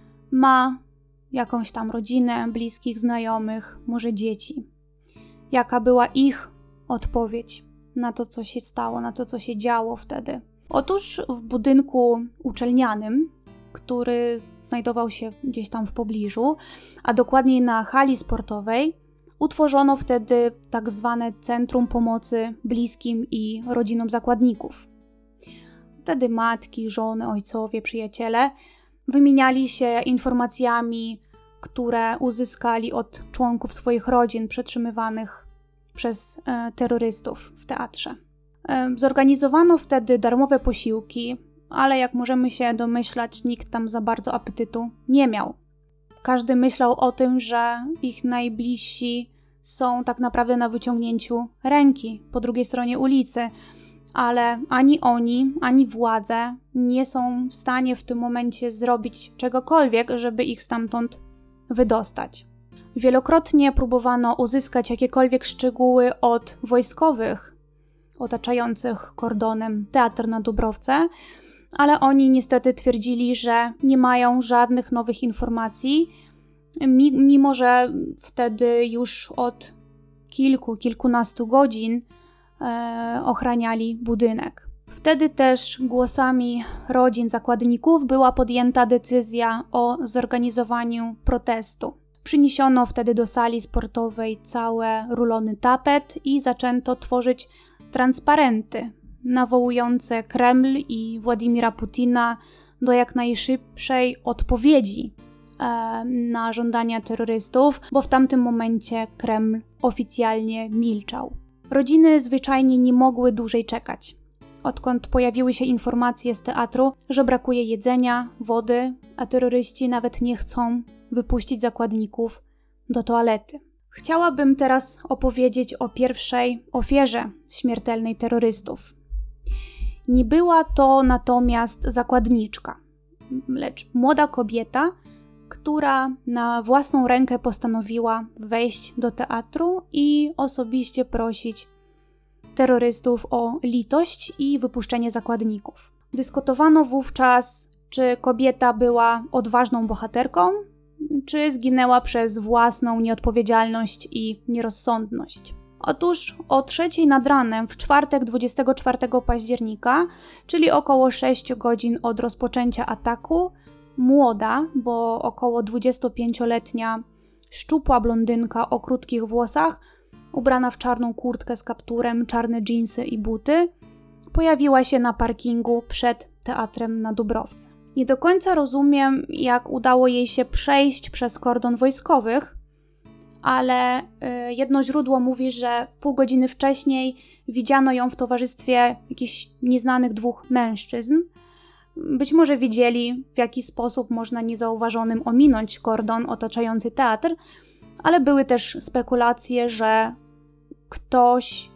ma jakąś tam rodzinę, bliskich, znajomych, może dzieci. Jaka była ich odpowiedź na to, co się stało, na to, co się działo wtedy? Otóż w budynku uczelnianym, który znajdował się gdzieś tam w pobliżu, a dokładniej na hali sportowej, utworzono wtedy tak zwane Centrum Pomocy Bliskim i Rodzinom Zakładników. Wtedy matki, żony, ojcowie, przyjaciele wymieniali się informacjami, które uzyskali od członków swoich rodzin przetrzymywanych przez terrorystów w teatrze. Zorganizowano wtedy darmowe posiłki, ale jak możemy się domyślać, nikt tam za bardzo apetytu nie miał. Każdy myślał o tym, że ich najbliżsi są tak naprawdę na wyciągnięciu ręki po drugiej stronie ulicy, ale ani oni, ani władze nie są w stanie w tym momencie zrobić czegokolwiek, żeby ich stamtąd wydostać. Wielokrotnie próbowano uzyskać jakiekolwiek szczegóły od wojskowych otaczających kordonem teatr na Dubrowce, ale oni niestety twierdzili, że nie mają żadnych nowych informacji, mimo że wtedy już od kilkunastu godzin ochraniali budynek. Wtedy też głosami rodzin zakładników była podjęta decyzja o zorganizowaniu protestu. Przyniesiono wtedy do sali sportowej całe rulony tapet i zaczęto tworzyć transparenty nawołujące Kreml i Władimira Putina do jak najszybszej odpowiedzi na żądania terrorystów, bo w tamtym momencie Kreml oficjalnie milczał. Rodziny zwyczajnie nie mogły dłużej czekać. Odkąd pojawiły się informacje z teatru, że brakuje jedzenia, wody, a terroryści nawet nie chcą wypuścić zakładników do toalety. Chciałabym teraz opowiedzieć o pierwszej ofierze śmiertelnej terrorystów. Nie była to natomiast zakładniczka, lecz młoda kobieta, która na własną rękę postanowiła wejść do teatru i osobiście prosić terrorystów o litość i wypuszczenie zakładników. Dyskutowano wówczas, czy kobieta była odważną bohaterką, czy zginęła przez własną nieodpowiedzialność i nierozsądność. Otóż o 3:00 nad ranem w czwartek 24 października, czyli około 6 godzin od rozpoczęcia ataku, młoda, bo około 25-letnia, szczupła blondynka o krótkich włosach, ubrana w czarną kurtkę z kapturem, czarne dżinsy i buty, pojawiła się na parkingu przed teatrem na Dubrowce. Nie do końca rozumiem, jak udało jej się przejść przez kordon wojskowych, ale jedno źródło mówi, że pół godziny wcześniej widziano ją w towarzystwie jakichś nieznanych 2 mężczyzn. Być może wiedzieli, w jaki sposób można niezauważonym ominąć kordon otaczający teatr, ale były też spekulacje, że ktoś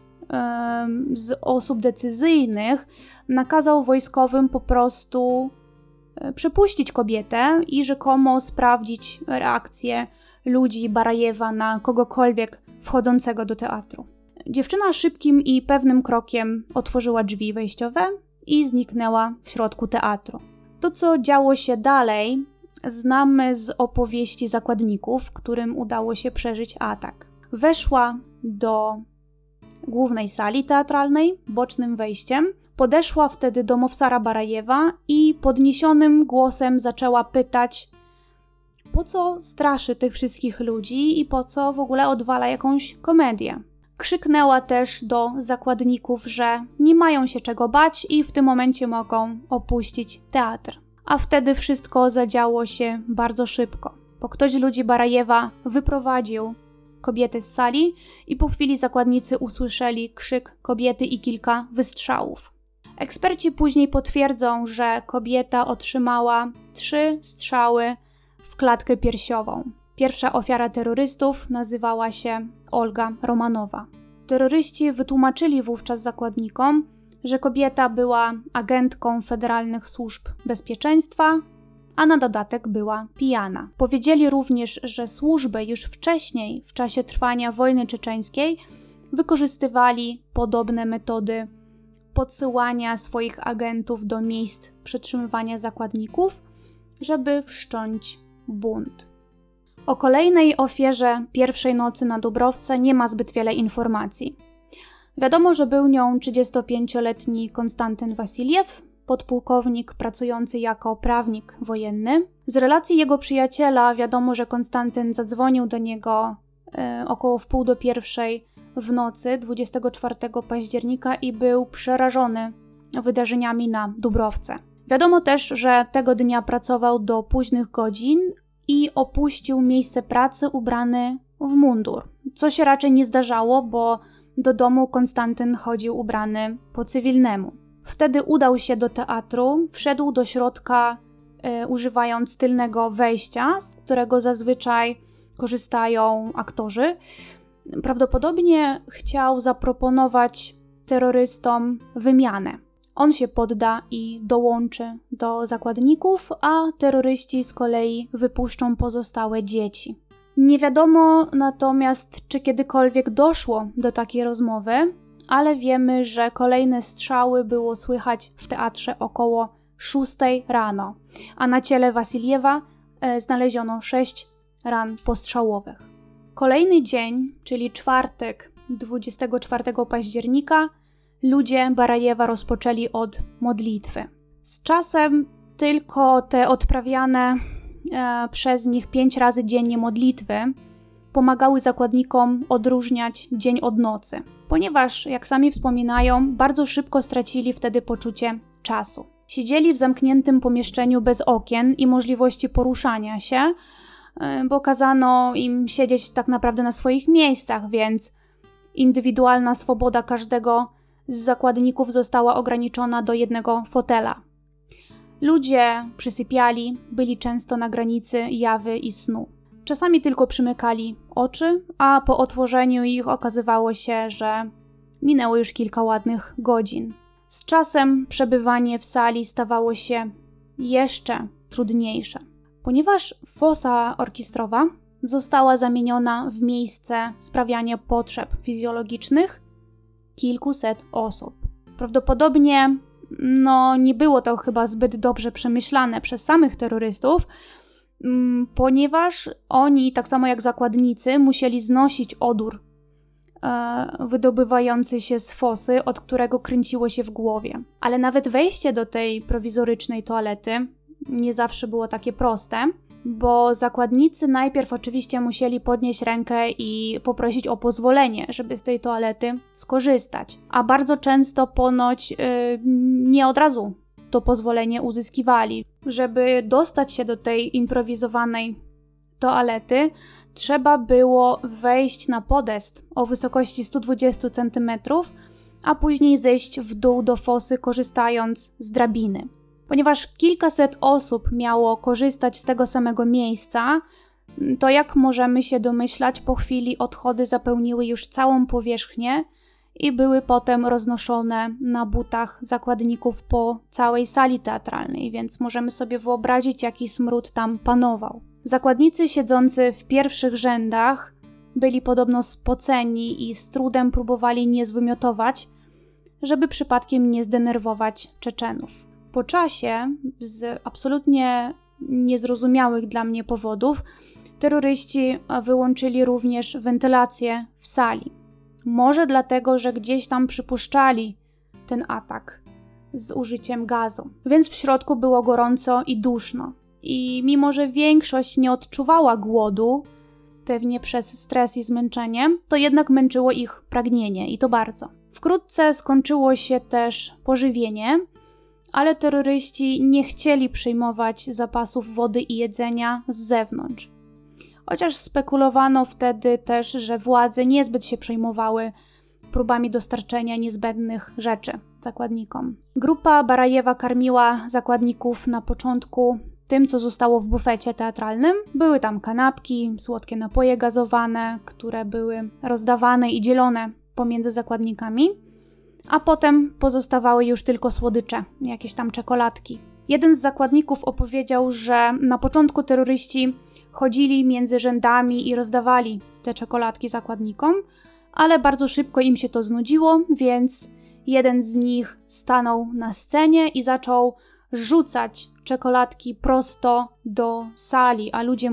z osób decyzyjnych nakazał wojskowym po prostu przepuścić kobietę i rzekomo sprawdzić reakcję ludzi Barajewa na kogokolwiek wchodzącego do teatru. Dziewczyna szybkim i pewnym krokiem otworzyła drzwi wejściowe i zniknęła w środku teatru. To, co działo się dalej, znamy z opowieści zakładników, którym udało się przeżyć atak. Weszła do głównej sali teatralnej bocznym wejściem, podeszła wtedy do Mowsara Barajewa i podniesionym głosem zaczęła pytać, po co straszy tych wszystkich ludzi i po co w ogóle odwala jakąś komedię. Krzyknęła też do zakładników, że nie mają się czego bać i w tym momencie mogą opuścić teatr. A wtedy wszystko zadziało się bardzo szybko, bo ktoś z ludzi Barajewa wyprowadził kobiety z sali i po chwili zakładnicy usłyszeli krzyk kobiety i kilka wystrzałów. Eksperci później potwierdzą, że kobieta otrzymała 3 strzały w klatkę piersiową. Pierwsza ofiara terrorystów nazywała się Olga Romanowa. Terroryści wytłumaczyli wówczas zakładnikom, że kobieta była agentką federalnych służb bezpieczeństwa, a na dodatek była pijana. Powiedzieli również, że służby już wcześniej, w czasie trwania wojny czeczeńskiej, wykorzystywali podobne metody podsyłania swoich agentów do miejsc przetrzymywania zakładników, żeby wszcząć bunt. O kolejnej ofierze pierwszej nocy na Dubrowce nie ma zbyt wiele informacji. Wiadomo, że był nią 35-letni Konstantyn Wasiljew, podpułkownik pracujący jako prawnik wojenny. Z relacji jego przyjaciela wiadomo, że Konstantyn zadzwonił do niego około 12:30 w nocy 24 października i był przerażony wydarzeniami na Dubrowce. Wiadomo też, że tego dnia pracował do późnych godzin i opuścił miejsce pracy ubrany w mundur, co się raczej nie zdarzało, bo do domu Konstantyn chodził ubrany po cywilnemu. Wtedy udał się do teatru, wszedł do środka używając tylnego wejścia, z którego zazwyczaj korzystają aktorzy. Prawdopodobnie chciał zaproponować terrorystom wymianę. On się podda i dołączy do zakładników, a terroryści z kolei wypuszczą pozostałe dzieci. Nie wiadomo natomiast, czy kiedykolwiek doszło do takiej rozmowy, ale wiemy, że kolejne strzały było słychać w teatrze około 6 rano, a na ciele Wasiljewa znaleziono 6 ran postrzałowych. Kolejny dzień, czyli czwartek 24 października, ludzie Barajewa rozpoczęli od modlitwy. Z czasem tylko te odprawiane przez nich 5 razy dziennie modlitwy pomagały zakładnikom odróżniać dzień od nocy, ponieważ, jak sami wspominają, bardzo szybko stracili wtedy poczucie czasu. Siedzieli w zamkniętym pomieszczeniu bez okien i możliwości poruszania się, bo kazano im siedzieć tak naprawdę na swoich miejscach, więc indywidualna swoboda każdego z zakładników została ograniczona do jednego fotela. Ludzie przysypiali, byli często na granicy jawy i snu. Czasami tylko przymykali oczy, a po otworzeniu ich okazywało się, że minęło już kilka ładnych godzin. Z czasem przebywanie w sali stawało się jeszcze trudniejsze, ponieważ fosa orkiestrowa została zamieniona w miejsce sprawiania potrzeb fizjologicznych kilkuset osób. Prawdopodobnie nie było to chyba zbyt dobrze przemyślane przez samych terrorystów, ponieważ oni, tak samo jak zakładnicy, musieli znosić odór wydobywający się z fosy, od którego kręciło się w głowie. Ale nawet wejście do tej prowizorycznej toalety nie zawsze było takie proste, bo zakładnicy najpierw oczywiście musieli podnieść rękę i poprosić o pozwolenie, żeby z tej toalety skorzystać. A bardzo często ponoć nie od razu to pozwolenie uzyskiwali. Żeby dostać się do tej improwizowanej toalety, trzeba było wejść na podest o wysokości 120 cm, a później zejść w dół do fosy, korzystając z drabiny. Ponieważ kilkaset osób miało korzystać z tego samego miejsca, to jak możemy się domyślać, po chwili odchody zapełniły już całą powierzchnię i były potem roznoszone na butach zakładników po całej sali teatralnej, więc możemy sobie wyobrazić, jaki smród tam panował. Zakładnicy siedzący w pierwszych rzędach byli podobno spoceni i z trudem próbowali nie zwymiotować, żeby przypadkiem nie zdenerwować Czeczenów. Po czasie, z absolutnie niezrozumiałych dla mnie powodów, terroryści wyłączyli również wentylację w sali. Może dlatego, że gdzieś tam przypuszczali ten atak z użyciem gazu, więc w środku było gorąco i duszno. i mimo, że większość nie odczuwała głodu, pewnie przez stres i zmęczenie, to jednak męczyło ich pragnienie i to bardzo. Wkrótce skończyło się też pożywienie, ale terroryści nie chcieli przyjmować zapasów wody i jedzenia z zewnątrz. Chociaż spekulowano wtedy też, że władze niezbyt się przejmowały próbami dostarczenia niezbędnych rzeczy zakładnikom. Grupa Barajewa karmiła zakładników na początku tym, co zostało w bufecie teatralnym. Były tam kanapki, słodkie napoje gazowane, które były rozdawane i dzielone pomiędzy zakładnikami, a potem pozostawały już tylko słodycze, jakieś tam czekoladki. Jeden z zakładników opowiedział, że na początku terroryści chodzili między rzędami i rozdawali te czekoladki zakładnikom, ale bardzo szybko im się to znudziło, więc jeden z nich stanął na scenie i zaczął rzucać czekoladki prosto do sali, a ludzie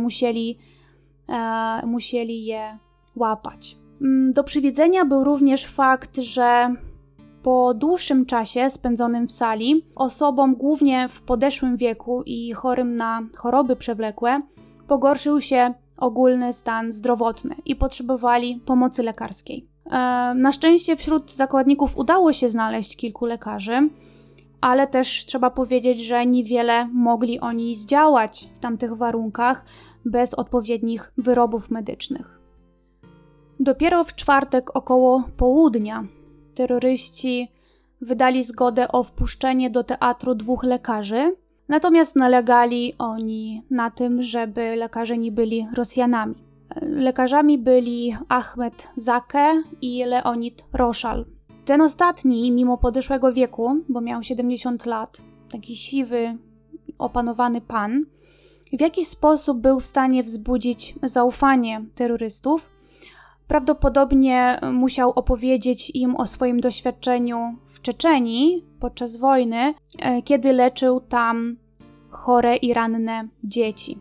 musieli je łapać. Do przywiedzenia był również fakt, że po dłuższym czasie spędzonym w sali osobom głównie w podeszłym wieku i chorym na choroby przewlekłe pogorszył się ogólny stan zdrowotny i potrzebowali pomocy lekarskiej. Na szczęście wśród zakładników udało się znaleźć kilku lekarzy, ale też trzeba powiedzieć, że niewiele mogli oni zdziałać w tamtych warunkach bez odpowiednich wyrobów medycznych. Dopiero w czwartek około południa terroryści wydali zgodę o wpuszczenie do teatru 2 lekarzy, natomiast nalegali oni na tym, żeby lekarze nie byli Rosjanami. Lekarzami byli Ahmed Zake i Leonid Roszal. Ten ostatni, mimo podeszłego wieku, bo miał 70 lat, taki siwy, opanowany pan, w jakiś sposób był w stanie wzbudzić zaufanie terrorystów. Prawdopodobnie musiał opowiedzieć im o swoim doświadczeniu w Czeczenii podczas wojny, kiedy leczył tam chore i ranne dzieci.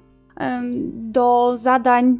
Do zadań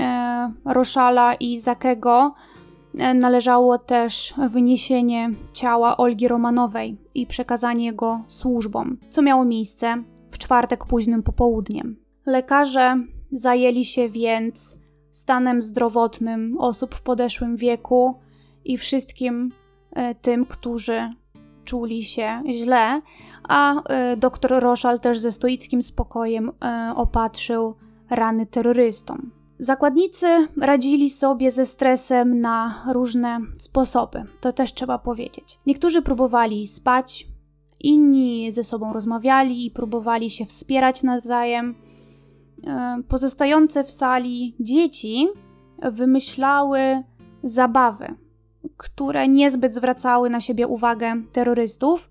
Roszala i Zakego należało też wyniesienie ciała Olgi Romanowej i przekazanie go służbom, co miało miejsce w czwartek późnym popołudniem. Lekarze zajęli się więc stanem zdrowotnym osób w podeszłym wieku i wszystkim tym, którzy czuli się źle, a dr Roszal też ze stoickim spokojem opatrzył rany terrorystom. Zakładnicy radzili sobie ze stresem na różne sposoby, to też trzeba powiedzieć. Niektórzy próbowali spać, inni ze sobą rozmawiali i próbowali się wspierać nawzajem. Pozostające w sali dzieci wymyślały zabawy, które niezbyt zwracały na siebie uwagę terrorystów,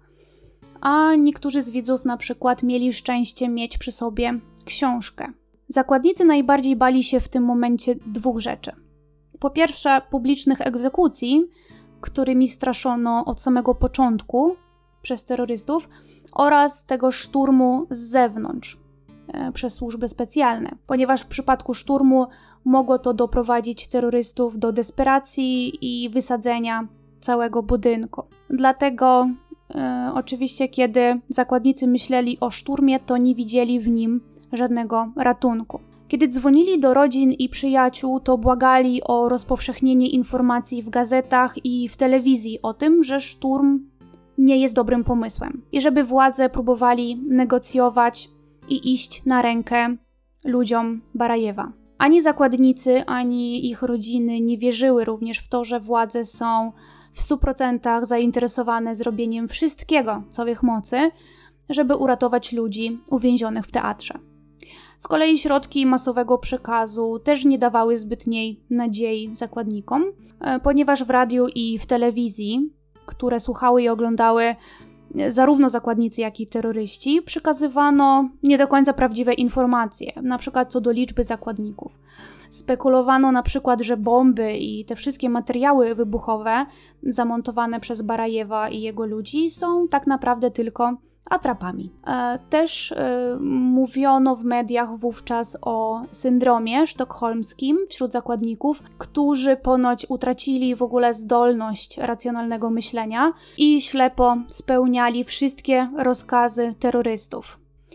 a niektórzy z widzów na przykład mieli szczęście mieć przy sobie książkę. Zakładnicy najbardziej bali się w tym momencie 2 rzeczy. Po pierwsze, publicznych egzekucji, którymi straszono od samego początku przez terrorystów, oraz tego szturmu z zewnątrz przez służby specjalne, ponieważ w przypadku szturmu mogło to doprowadzić terrorystów do desperacji i wysadzenia całego budynku. Dlatego oczywiście, kiedy zakładnicy myśleli o szturmie, to nie widzieli w nim żadnego ratunku. Kiedy dzwonili do rodzin i przyjaciół, to błagali o rozpowszechnienie informacji w gazetach i w telewizji o tym, że szturm nie jest dobrym pomysłem i żeby władze próbowali negocjować i iść na rękę ludziom Barajewa. Ani zakładnicy, ani ich rodziny nie wierzyły również w to, że władze są w 100% zainteresowane zrobieniem wszystkiego, co w ich mocy, żeby uratować ludzi uwięzionych w teatrze. Z kolei środki masowego przekazu też nie dawały zbytniej nadziei zakładnikom, ponieważ w radiu i w telewizji, które słuchały i oglądały zarówno zakładnicy, jak i terroryści, przekazywano nie do końca prawdziwe informacje, na przykład co do liczby zakładników. Spekulowano na przykład, że bomby i te wszystkie materiały wybuchowe zamontowane przez Barajewa i jego ludzi są tak naprawdę tylko atrapami. Też mówiono w mediach wówczas o syndromie sztokholmskim wśród zakładników, którzy ponoć utracili w ogóle zdolność racjonalnego myślenia i ślepo spełniali wszystkie rozkazy terrorystów.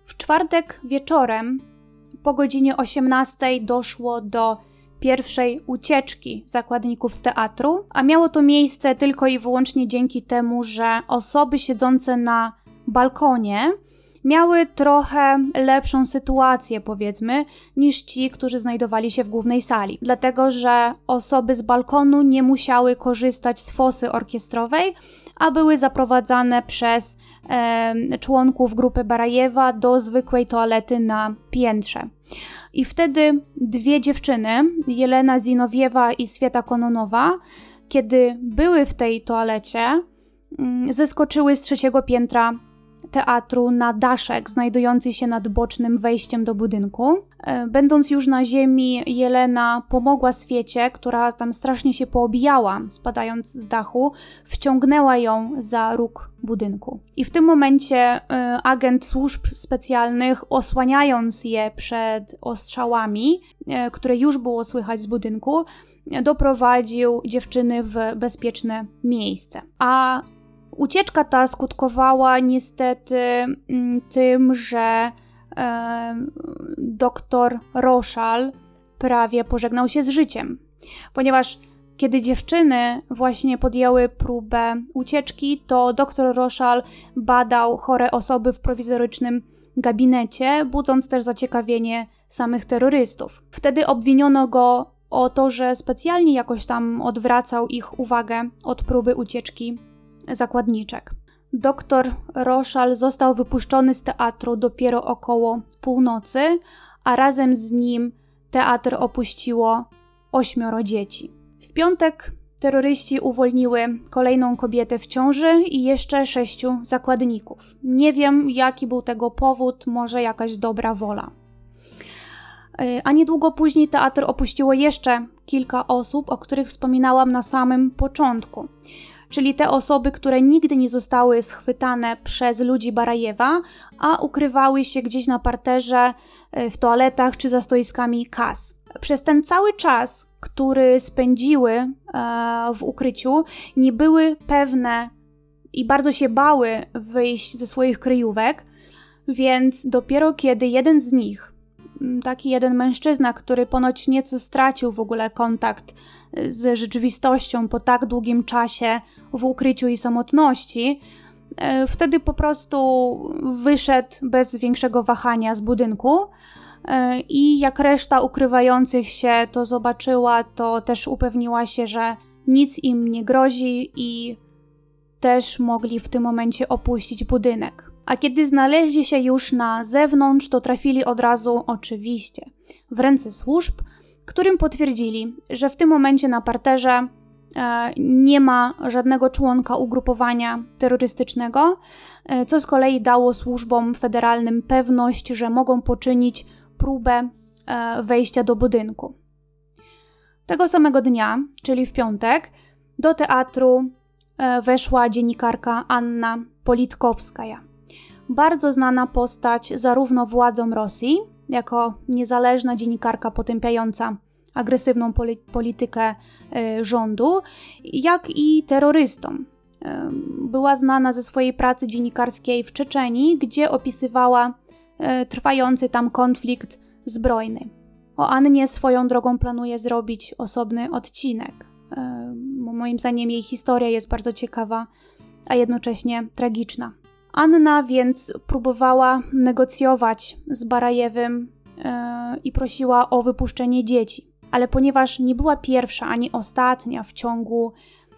W czwartek wieczorem po godzinie 18 doszło do pierwszej ucieczki zakładników z teatru, a miało to miejsce tylko i wyłącznie dzięki temu, że osoby siedzące na balkonie miały trochę lepszą sytuację, powiedzmy, niż ci, którzy znajdowali się w głównej sali. Dlatego, że osoby z balkonu nie musiały korzystać z fosy orkiestrowej, a były zaprowadzane przez członków grupy Barajewa do zwykłej toalety na piętrze. I wtedy dwie dziewczyny, Jelena Zinowiewa i Swieta Kononowa, kiedy były w tej toalecie, zeskoczyły z 3. piętra teatru na daszek znajdujący się nad bocznym wejściem do budynku. Będąc już na ziemi, Jelena pomogła Swiecie, która tam strasznie się poobijała, spadając z dachu, wciągnęła ją za róg budynku. I w tym momencie agent służb specjalnych, osłaniając je przed ostrzałami, które już było słychać z budynku, doprowadził dziewczyny w bezpieczne miejsce. A ucieczka ta skutkowała niestety tym, że doktor Roszal prawie pożegnał się z życiem, ponieważ kiedy dziewczyny właśnie podjęły próbę ucieczki, to doktor Roszal badał chore osoby w prowizorycznym gabinecie, budząc też zaciekawienie samych terrorystów. Wtedy obwiniono go o to, że specjalnie jakoś tam odwracał ich uwagę od próby ucieczki zakładniczek. Doktor Roszal został wypuszczony z teatru dopiero około północy, a razem z nim teatr opuściło 8 dzieci. W piątek terroryści uwolniły kolejną kobietę w ciąży i jeszcze 6 zakładników. Nie wiem, jaki był tego powód, może jakaś dobra wola. A niedługo później teatr opuściło jeszcze kilka osób, o których wspominałam na samym początku. Czyli te osoby, które nigdy nie zostały schwytane przez ludzi Barajewa, a ukrywały się gdzieś na parterze, w toaletach czy za stoiskami kas. Przez ten cały czas, który spędziły w ukryciu, nie były pewne i bardzo się bały wyjść ze swoich kryjówek, więc dopiero kiedy jeden z nich, taki jeden mężczyzna, który ponoć nieco stracił w ogóle kontakt z rzeczywistością po tak długim czasie w ukryciu i samotności, wtedy po prostu wyszedł bez większego wahania z budynku i jak reszta ukrywających się to zobaczyła, to też upewniła się, że nic im nie grozi i też mogli w tym momencie opuścić budynek. A kiedy znaleźli się już na zewnątrz, to trafili od razu, oczywiście, w ręce służb, którym potwierdzili, że w tym momencie na parterze nie ma żadnego członka ugrupowania terrorystycznego, co z kolei dało służbom federalnym pewność, że mogą poczynić próbę wejścia do budynku. Tego samego dnia, czyli w piątek, do teatru weszła dziennikarka Anna Politkowskaja. Bardzo znana postać zarówno władzom Rosji, jako niezależna dziennikarka potępiająca agresywną politykę rządu, jak i terrorystom. Była znana ze swojej pracy dziennikarskiej w Czeczenii, gdzie opisywała trwający tam konflikt zbrojny. O Annie swoją drogą planuję zrobić osobny odcinek. Moim zdaniem jej historia jest bardzo ciekawa, a jednocześnie tragiczna. Anna więc próbowała negocjować z Barajewem i prosiła o wypuszczenie dzieci. Ale ponieważ nie była pierwsza ani ostatnia w ciągu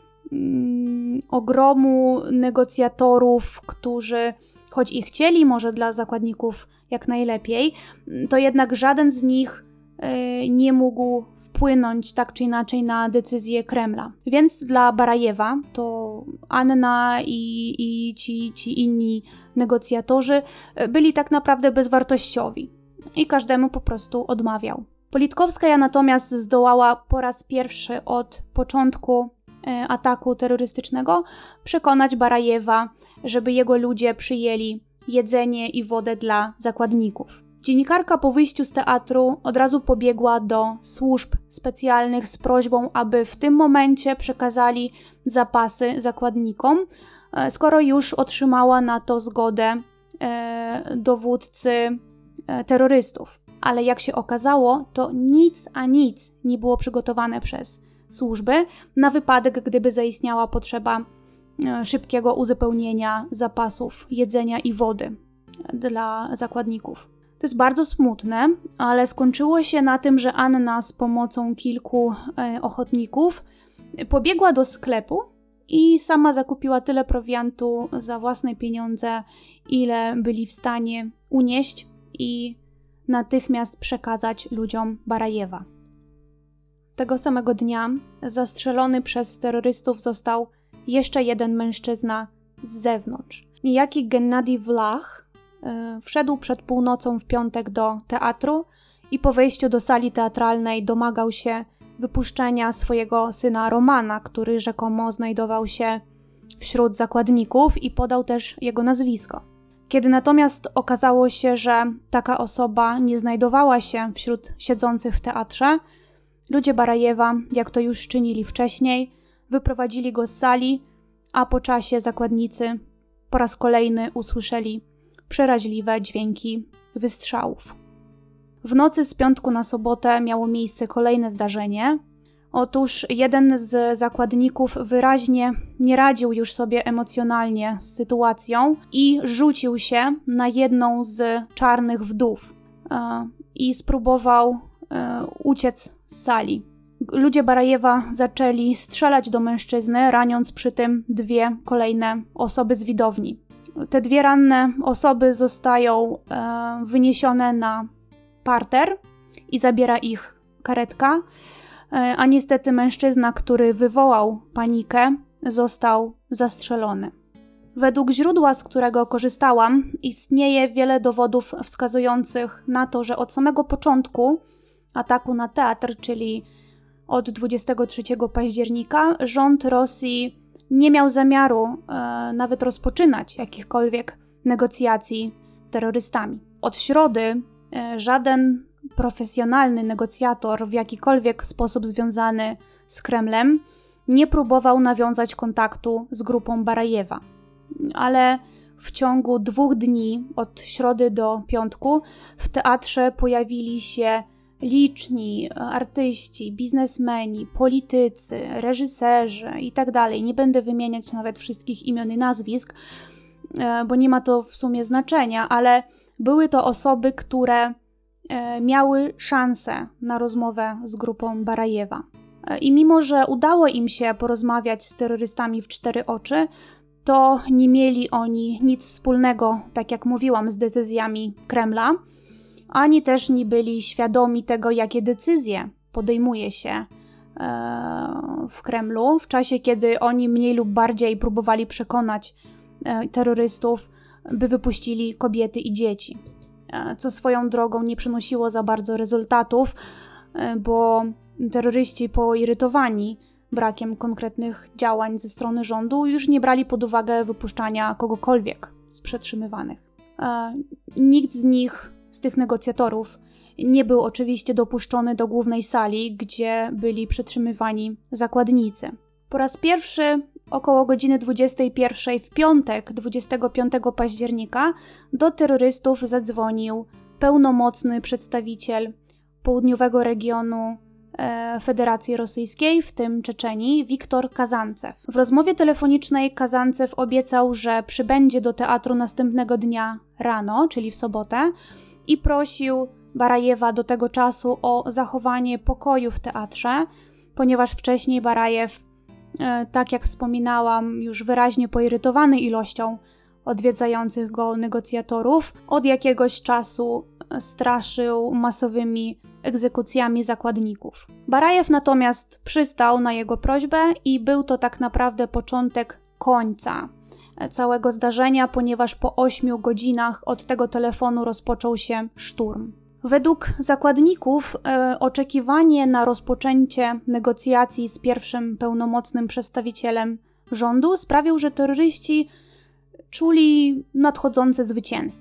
ogromu negocjatorów, którzy choć i chcieli może dla zakładników jak najlepiej, to jednak żaden z nich nie mógł wpłynąć tak czy inaczej na decyzję Kremla. Więc dla Barajewa to Anna i ci inni negocjatorzy byli tak naprawdę bezwartościowi i każdemu po prostu odmawiał. Politkowskaja natomiast zdołała po raz pierwszy od początku ataku terrorystycznego przekonać Barajewa, żeby jego ludzie przyjęli jedzenie i wodę dla zakładników. Dziennikarka po wyjściu z teatru od razu pobiegła do służb specjalnych z prośbą, aby w tym momencie przekazali zapasy zakładnikom, skoro już otrzymała na to zgodę dowódcy terrorystów. Ale jak się okazało, to nic nie było przygotowane przez służby na wypadek, gdyby zaistniała potrzeba szybkiego uzupełnienia zapasów jedzenia i wody dla zakładników. To jest bardzo smutne, ale skończyło się na tym, że Anna z pomocą kilku ochotników pobiegła do sklepu i sama zakupiła tyle prowiantu za własne pieniądze, ile byli w stanie unieść i natychmiast przekazać ludziom Barajewa. Tego samego dnia zastrzelony przez terrorystów został jeszcze jeden mężczyzna z zewnątrz. Niejaki Gennady Vlach wszedł przed północą w piątek do teatru i po wejściu do sali teatralnej domagał się wypuszczenia swojego syna Romana, który rzekomo znajdował się wśród zakładników, i podał też jego nazwisko. Kiedy natomiast okazało się, że taka osoba nie znajdowała się wśród siedzących w teatrze, ludzie Barajewa, jak to już czynili wcześniej, wyprowadzili go z sali, a po czasie zakładnicy po raz kolejny usłyszeli przeraźliwe dźwięki wystrzałów. W nocy z piątku na sobotę miało miejsce kolejne zdarzenie. Otóż jeden z zakładników wyraźnie nie radził już sobie emocjonalnie z sytuacją i rzucił się na jedną z czarnych wdów i spróbował uciec z sali. Ludzie Barajewa zaczęli strzelać do mężczyzny, raniąc przy tym dwie kolejne osoby z widowni. Te dwie ranne osoby zostają wyniesione na parter i zabiera ich karetka, a niestety mężczyzna, który wywołał panikę, został zastrzelony. Według źródła, z którego korzystałam, istnieje wiele dowodów wskazujących na to, że od samego początku ataku na teatr, czyli od 23 października, rząd Rosji nie miał zamiaru nawet rozpoczynać jakichkolwiek negocjacji z terrorystami. Od środy żaden profesjonalny negocjator w jakikolwiek sposób związany z Kremlem nie próbował nawiązać kontaktu z grupą Barajewa. Ale w ciągu 2 dni, od środy do piątku, w teatrze pojawili się liczni artyści, biznesmeni, politycy, reżyserzy itd. Nie będę wymieniać nawet wszystkich imion i nazwisk, bo nie ma to w sumie znaczenia, ale były to osoby, które miały szansę na rozmowę z grupą Barajewa. I mimo, że udało im się porozmawiać z terrorystami w 4 oczy, to nie mieli oni nic wspólnego, tak jak mówiłam, z decyzjami Kremla, ani też nie byli świadomi tego, jakie decyzje podejmuje się w Kremlu, w czasie, kiedy oni mniej lub bardziej próbowali przekonać terrorystów, by wypuścili kobiety i dzieci. Co swoją drogą nie przynosiło za bardzo rezultatów, bo terroryści poirytowani brakiem konkretnych działań ze strony rządu już nie brali pod uwagę wypuszczania kogokolwiek z przetrzymywanych. Nikt z tych negocjatorów nie był oczywiście dopuszczony do głównej sali, gdzie byli przetrzymywani zakładnicy. Po raz pierwszy około godziny 21 w piątek, 25 października, do terrorystów zadzwonił pełnomocny przedstawiciel południowego regionu Federacji Rosyjskiej, w tym Czeczenii, Wiktor Kazancew. W rozmowie telefonicznej Kazancew obiecał, że przybędzie do teatru następnego dnia rano, czyli w sobotę, i prosił Barajewa do tego czasu o zachowanie pokoju w teatrze, ponieważ wcześniej Barajew, tak jak wspominałam, już wyraźnie poirytowany ilością odwiedzających go negocjatorów, od jakiegoś czasu straszył masowymi egzekucjami zakładników. Barajew natomiast przystał na jego prośbę i był to tak naprawdę początek końca całego zdarzenia, ponieważ po 8 godzinach od tego telefonu rozpoczął się szturm. Według zakładników oczekiwanie na rozpoczęcie negocjacji z pierwszym pełnomocnym przedstawicielem rządu sprawił, że terroryści czuli nadchodzące zwycięstwo.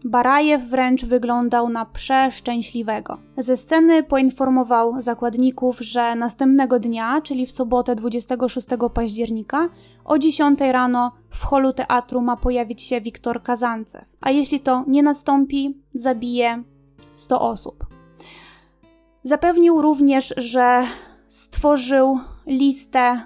Barajew wręcz wyglądał na przeszczęśliwego. Ze sceny poinformował zakładników, że następnego dnia, czyli w sobotę 26 października o 10 rano w holu teatru ma pojawić się Wiktor Kazantzew, a jeśli to nie nastąpi, zabije 100 osób. Zapewnił również, że stworzył listę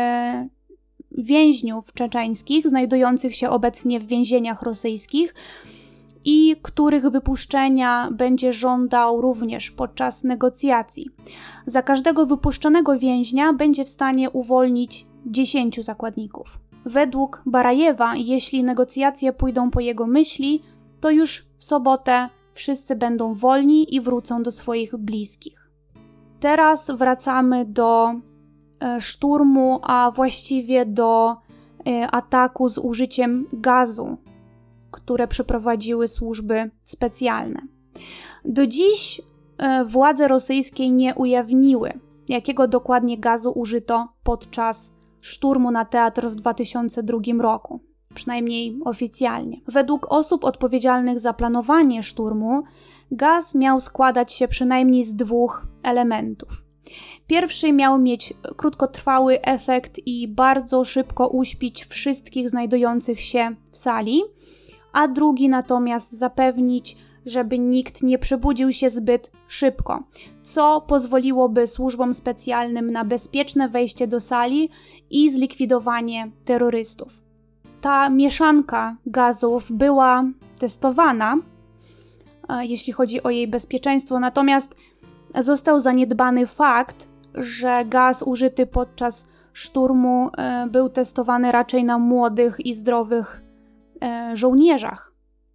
więźniów czeczeńskich znajdujących się obecnie w więzieniach rosyjskich i których wypuszczenia będzie żądał również podczas negocjacji. Za każdego wypuszczonego więźnia będzie w stanie uwolnić 10 zakładników. Według Barajewa, jeśli negocjacje pójdą po jego myśli, to już w sobotę wszyscy będą wolni i wrócą do swoich bliskich. Teraz wracamy do szturmu, a właściwie do ataku z użyciem gazu, które przeprowadziły służby specjalne. Do dziś władze rosyjskie nie ujawniły, jakiego dokładnie gazu użyto podczas szturmu na teatr w 2002 roku, przynajmniej oficjalnie. Według osób odpowiedzialnych za planowanie szturmu, gaz miał składać się przynajmniej z 2 elementów. Pierwszy miał mieć krótkotrwały efekt i bardzo szybko uśpić wszystkich znajdujących się w sali, a drugi natomiast zapewnić, żeby nikt nie przebudził się zbyt szybko, co pozwoliłoby służbom specjalnym na bezpieczne wejście do sali i zlikwidowanie terrorystów. Ta mieszanka gazów była testowana, jeśli chodzi o jej bezpieczeństwo, natomiast został zaniedbany fakt, że gaz użyty podczas szturmu był testowany raczej na młodych i zdrowych żołnierzach,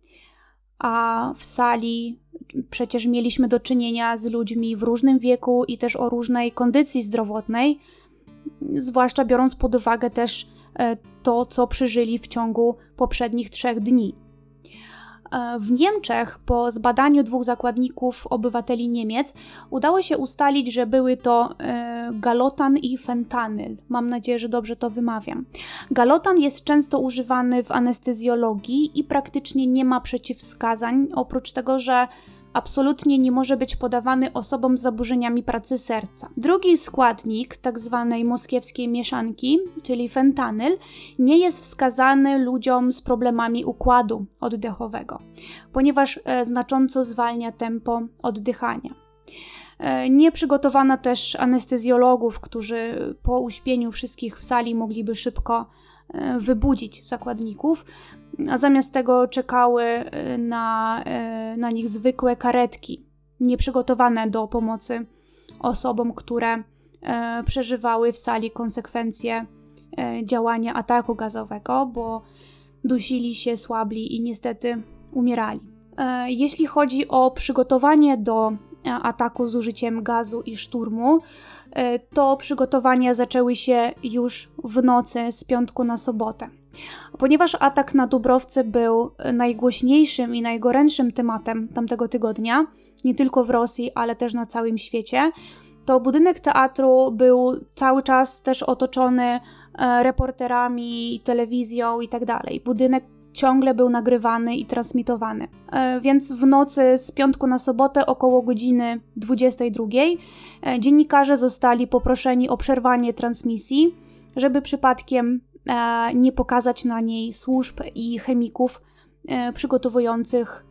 a w sali przecież mieliśmy do czynienia z ludźmi w różnym wieku i też o różnej kondycji zdrowotnej, zwłaszcza biorąc pod uwagę też to, co przeżyli w ciągu poprzednich 3 dni. W Niemczech po zbadaniu 2 zakładników obywateli Niemiec udało się ustalić, że były to galotan i fentanyl. Mam nadzieję, że dobrze to wymawiam. Galotan jest często używany w anestezjologii i praktycznie nie ma przeciwwskazań, oprócz tego, że absolutnie nie może być podawany osobom z zaburzeniami pracy serca. Drugi składnik tzw. moskiewskiej mieszanki, czyli fentanyl, nie jest wskazany ludziom z problemami układu oddechowego, ponieważ znacząco zwalnia tempo oddychania. Nie przygotowano też anestezjologów, którzy po uśpieniu wszystkich w sali mogliby szybko wybudzić zakładników, a zamiast tego czekały na nich zwykłe karetki, nieprzygotowane do pomocy osobom, które przeżywały w sali konsekwencje działania ataku gazowego, bo dusili się, słabli i niestety umierali. Jeśli chodzi o przygotowanie do ataku z użyciem gazu i szturmu, to przygotowania zaczęły się już w nocy z piątku na sobotę. Ponieważ atak na Dubrowce był najgłośniejszym i najgorętszym tematem tamtego tygodnia, nie tylko w Rosji, ale też na całym świecie, to budynek teatru był cały czas też otoczony reporterami, telewizją itd. Budynek ciągle był nagrywany i transmitowany. Więc w nocy z piątku na sobotę około godziny 22 dziennikarze zostali poproszeni o przerwanie transmisji, żeby przypadkiem nie pokazać na niej służb i chemików przygotowujących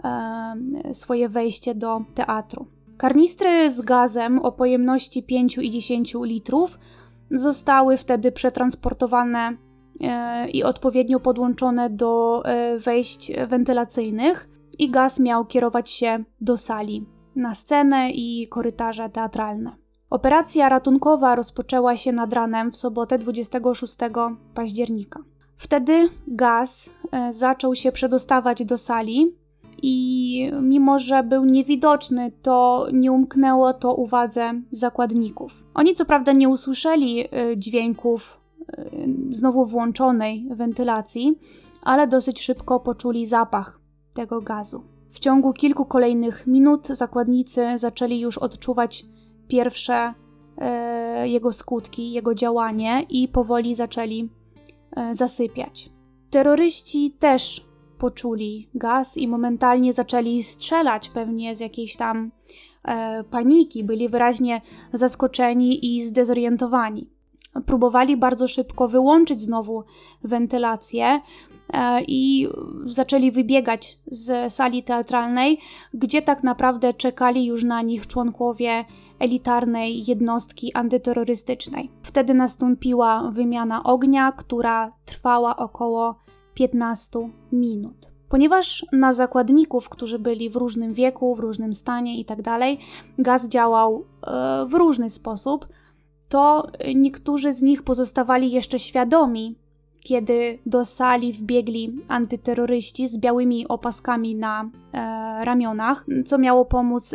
swoje wejście do teatru. Karnistry z gazem o pojemności 5 i 10 litrów zostały wtedy przetransportowane i odpowiednio podłączone do wejść wentylacyjnych i gaz miał kierować się do sali, na scenę i korytarze teatralne. Operacja ratunkowa rozpoczęła się nad ranem w sobotę 26 października. Wtedy gaz zaczął się przedostawać do sali i mimo, że był niewidoczny, to nie umknęło to uwadze zakładników. Oni co prawda nie usłyszeli dźwięków znowu włączonej wentylacji, ale dosyć szybko poczuli zapach tego gazu. W ciągu kilku kolejnych minut zakładnicy zaczęli już odczuwać pierwsze jego skutki, jego działanie i powoli zaczęli zasypiać. Terroryści też poczuli gaz i momentalnie zaczęli strzelać, pewnie z jakiejś tam paniki, byli wyraźnie zaskoczeni i zdezorientowani. Próbowali bardzo szybko wyłączyć znowu wentylację i zaczęli wybiegać z sali teatralnej, gdzie tak naprawdę czekali już na nich członkowie elitarnej jednostki antyterrorystycznej. Wtedy nastąpiła wymiana ognia, która trwała około 15 minut. Ponieważ na zakładników, którzy byli w różnym wieku, w różnym stanie itd., gaz działał w różny sposób, to niektórzy z nich pozostawali jeszcze świadomi, kiedy do sali wbiegli antyterroryści z białymi opaskami na ramionach, co miało pomóc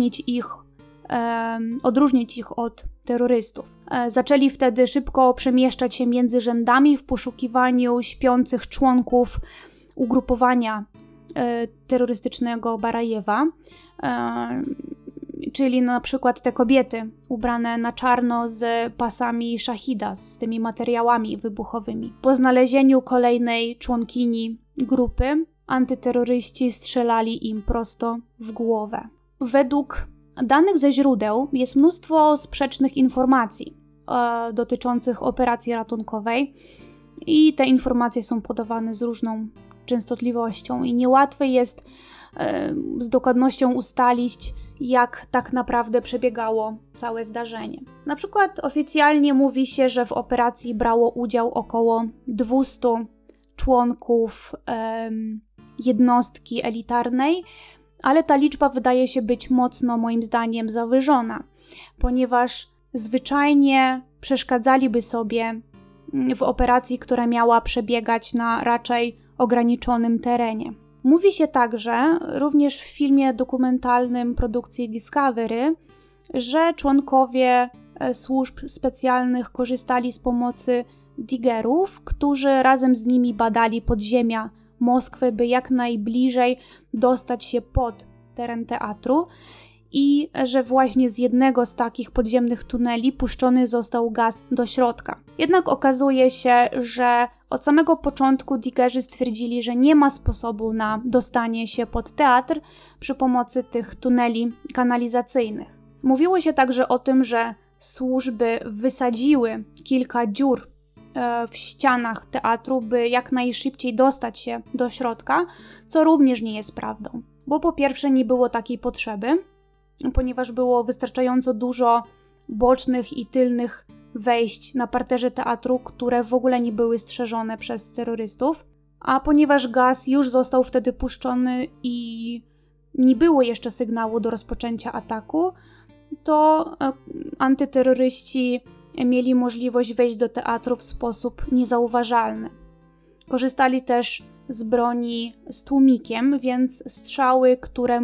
odróżnić ich od terrorystów. Zaczęli wtedy szybko przemieszczać się między rzędami w poszukiwaniu śpiących członków ugrupowania terrorystycznego Barajewa, czyli na przykład te kobiety ubrane na czarno z pasami szachida, z tymi materiałami wybuchowymi. Po znalezieniu kolejnej członkini grupy antyterroryści strzelali im prosto w głowę. Według danych ze źródeł jest mnóstwo sprzecznych informacji dotyczących operacji ratunkowej i te informacje są podawane z różną częstotliwością i niełatwe jest z dokładnością ustalić, jak tak naprawdę przebiegało całe zdarzenie. Na przykład oficjalnie mówi się, że w operacji brało udział około 200 członków jednostki elitarnej, ale ta liczba wydaje się być mocno, moim zdaniem, zawyżona, ponieważ zwyczajnie przeszkadzaliby sobie w operacji, która miała przebiegać na raczej ograniczonym terenie. Mówi się także, również w filmie dokumentalnym produkcji Discovery, że członkowie służb specjalnych korzystali z pomocy digerów, którzy razem z nimi badali podziemia Moskwy, by jak najbliżej dostać się pod teren teatru i że właśnie z jednego z takich podziemnych tuneli puszczony został gaz do środka. Jednak okazuje się, że od samego początku digerzy stwierdzili, że nie ma sposobu na dostanie się pod teatr przy pomocy tych tuneli kanalizacyjnych. Mówiło się także o tym, że służby wysadziły kilka dziur w ścianach teatru, by jak najszybciej dostać się do środka, co również nie jest prawdą. Bo po pierwsze nie było takiej potrzeby, ponieważ było wystarczająco dużo bocznych i tylnych wejść na parterze teatru, które w ogóle nie były strzeżone przez terrorystów, a ponieważ gaz już został wtedy puszczony i nie było jeszcze sygnału do rozpoczęcia ataku, to antyterroryści mieli możliwość wejść do teatru w sposób niezauważalny. Korzystali też z broni z tłumikiem, więc strzały, które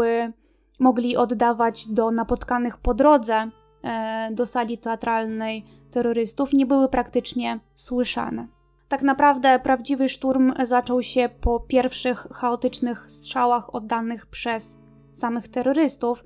mogli oddawać do napotkanych po drodze do sali teatralnej terrorystów, nie były praktycznie słyszane. Tak naprawdę prawdziwy szturm zaczął się po pierwszych chaotycznych strzałach oddanych przez samych terrorystów,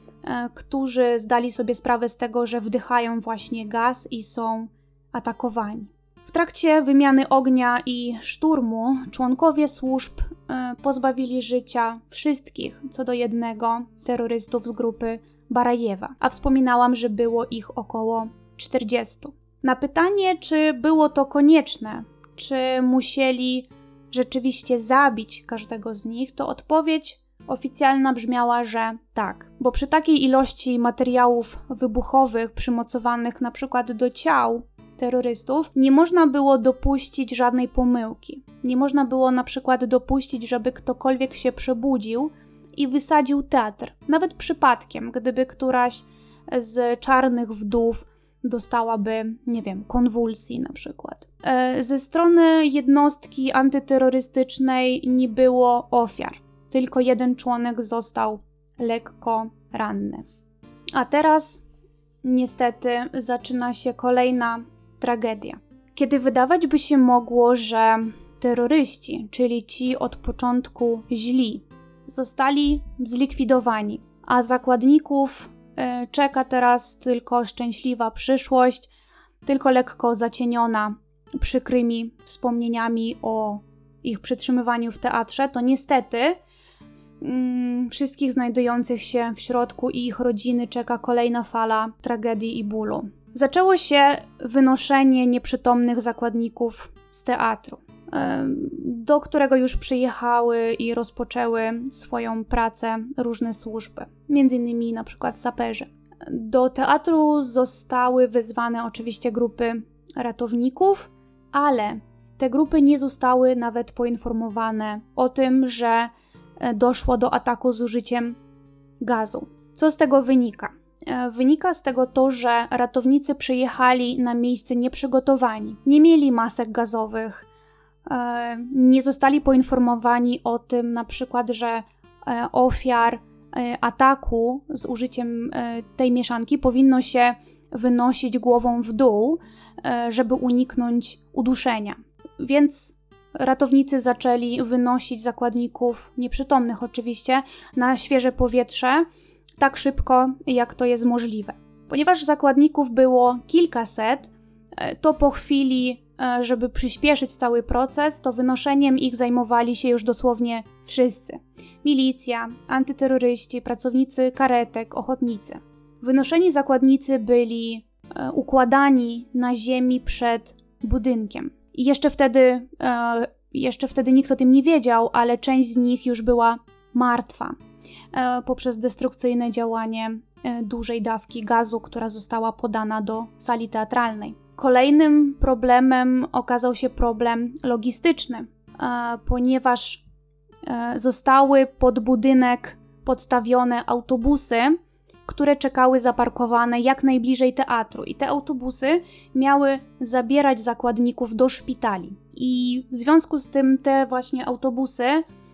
którzy zdali sobie sprawę z tego, że wdychają właśnie gaz i są atakowani. W trakcie wymiany ognia i szturmu członkowie służb pozbawili życia wszystkich, co do jednego, terrorystów z grupy Barajewa, a wspominałam, że było ich około 40. Na pytanie, czy było to konieczne, czy musieli rzeczywiście zabić każdego z nich, to odpowiedź oficjalna brzmiała, że tak, bo przy takiej ilości materiałów wybuchowych przymocowanych na przykład do ciał terrorystów nie można było dopuścić żadnej pomyłki. Nie można było na przykład dopuścić, żeby ktokolwiek się przebudził i wysadził teatr. Nawet przypadkiem, gdyby któraś z czarnych wdów dostałaby, nie wiem, konwulsji na przykład. Ze strony jednostki antyterrorystycznej nie było ofiar. Tylko jeden członek został lekko ranny. A teraz niestety zaczyna się kolejna tragedia. Kiedy wydawać by się mogło, że terroryści, czyli ci od początku źli, zostali zlikwidowani, a zakładników czeka teraz tylko szczęśliwa przyszłość, tylko lekko zacieniona przykrymi wspomnieniami o ich przetrzymywaniu w teatrze, to niestety wszystkich znajdujących się w środku i ich rodziny czeka kolejna fala tragedii i bólu. Zaczęło się wynoszenie nieprzytomnych zakładników z teatru, do którego już przyjechały i rozpoczęły swoją pracę różne służby, m.in. na przykład saperzy. Do teatru zostały wezwane oczywiście grupy ratowników, ale te grupy nie zostały nawet poinformowane o tym, że doszło do ataku z użyciem gazu. Co z tego wynika? Wynika z tego to, że ratownicy przyjechali na miejsce nieprzygotowani, nie mieli masek gazowych, nie zostali poinformowani o tym na przykład, że ofiar ataku z użyciem tej mieszanki powinno się wynosić głową w dół, żeby uniknąć uduszenia. Więc ratownicy zaczęli wynosić zakładników, nieprzytomnych oczywiście, na świeże powietrze tak szybko, jak to jest możliwe. Ponieważ zakładników było kilkaset, to po chwili, żeby przyspieszyć cały proces, to wynoszeniem ich zajmowali się już dosłownie wszyscy. Milicja, antyterroryści, pracownicy karetek, ochotnicy. Wynoszeni zakładnicy byli układani na ziemi przed budynkiem. I jeszcze wtedy nikt o tym nie wiedział, ale część z nich już była martwa poprzez destrukcyjne działanie dużej dawki gazu, która została podana do sali teatralnej. Kolejnym problemem okazał się problem logistyczny, ponieważ zostały pod budynek podstawione autobusy, które czekały zaparkowane jak najbliżej teatru i te autobusy miały zabierać zakładników do szpitali. I w związku z tym te właśnie autobusy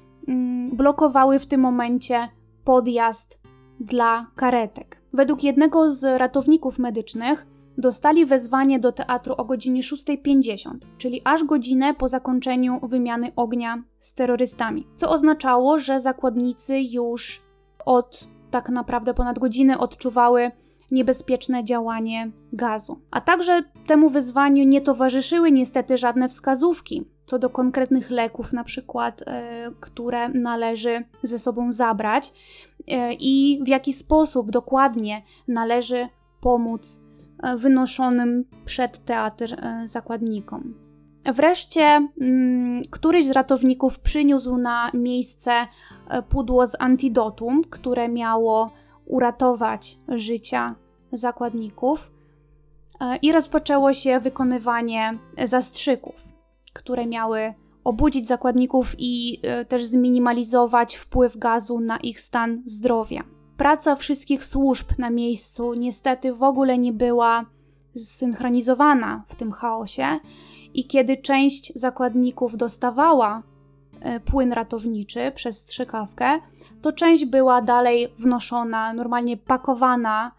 blokowały w tym momencie podjazd dla karetek. Według jednego z ratowników medycznych dostali wezwanie do teatru o godzinie 6:50, czyli aż godzinę po zakończeniu wymiany ognia z terrorystami, co oznaczało, że zakładnicy już od tak naprawdę ponad godziny odczuwały niebezpieczne działanie gazu. A także temu wezwaniu nie towarzyszyły niestety żadne wskazówki co do konkretnych leków na przykład, które należy ze sobą zabrać i w jaki sposób dokładnie należy pomóc wynoszonym przed teatr zakładnikom. Wreszcie któryś z ratowników przyniósł na miejsce pudło z antidotum, które miało uratować życia zakładników i rozpoczęło się wykonywanie zastrzyków, które miały obudzić zakładników i też zminimalizować wpływ gazu na ich stan zdrowia. Praca wszystkich służb na miejscu niestety w ogóle nie była zsynchronizowana w tym chaosie i kiedy część zakładników dostawała płyn ratowniczy przez strzykawkę, to część była dalej wnoszona, normalnie pakowana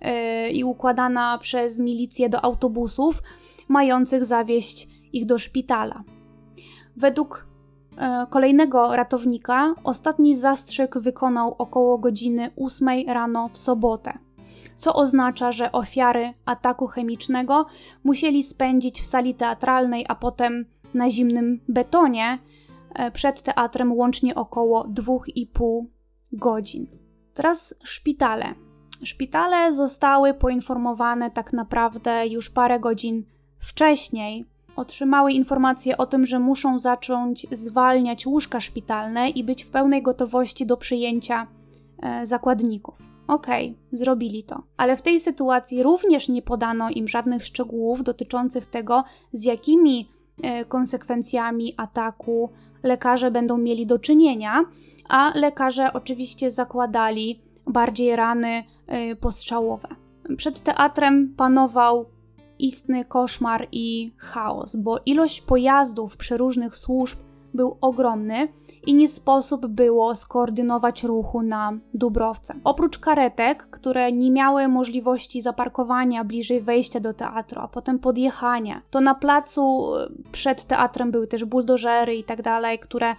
i układana przez milicję do autobusów mających zawieźć ich do szpitala. Według kolejnego ratownika ostatni zastrzyk wykonał około godziny 8 rano w sobotę, co oznacza, że ofiary ataku chemicznego musieli spędzić w sali teatralnej, a potem na zimnym betonie przed teatrem łącznie około 2,5 godzin. Teraz szpitale. Szpitale zostały poinformowane tak naprawdę już parę godzin wcześniej. Otrzymały informację o tym, że muszą zacząć zwalniać łóżka szpitalne i być w pełnej gotowości do przyjęcia zakładników. Okej, zrobili to. Ale w tej sytuacji również nie podano im żadnych szczegółów dotyczących tego, z jakimi konsekwencjami ataku lekarze będą mieli do czynienia, a lekarze oczywiście zakładali bardziej rany postrzałowe. Przed teatrem panował istny koszmar i chaos, bo ilość pojazdów przeróżnych służb był ogromny i nie sposób było skoordynować ruchu na Dubrowce. Oprócz karetek, które nie miały możliwości zaparkowania bliżej wejścia do teatru, a potem podjechania, to na placu przed teatrem były też buldożery i tak dalej, które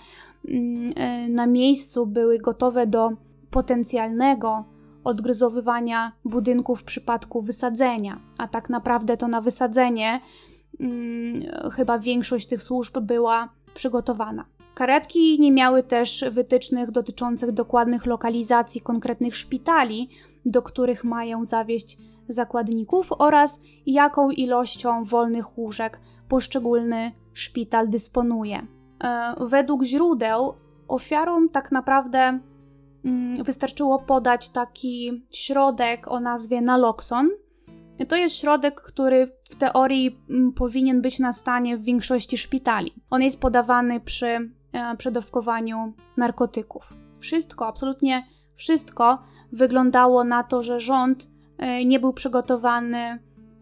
na miejscu były gotowe do potencjalnego odgryzowywania budynków w przypadku wysadzenia, a tak naprawdę to na wysadzenie chyba większość tych służb była przygotowana. Karetki nie miały też wytycznych dotyczących dokładnych lokalizacji konkretnych szpitali, do których mają zawieźć zakładników oraz jaką ilością wolnych łóżek poszczególny szpital dysponuje. Według źródeł ofiarom tak naprawdę wystarczyło podać taki środek o nazwie naloxon. To jest środek, który w teorii powinien być na stanie w większości szpitali. On jest podawany przy przedawkowaniu narkotyków. Absolutnie wszystko wyglądało na to, że rząd nie był przygotowany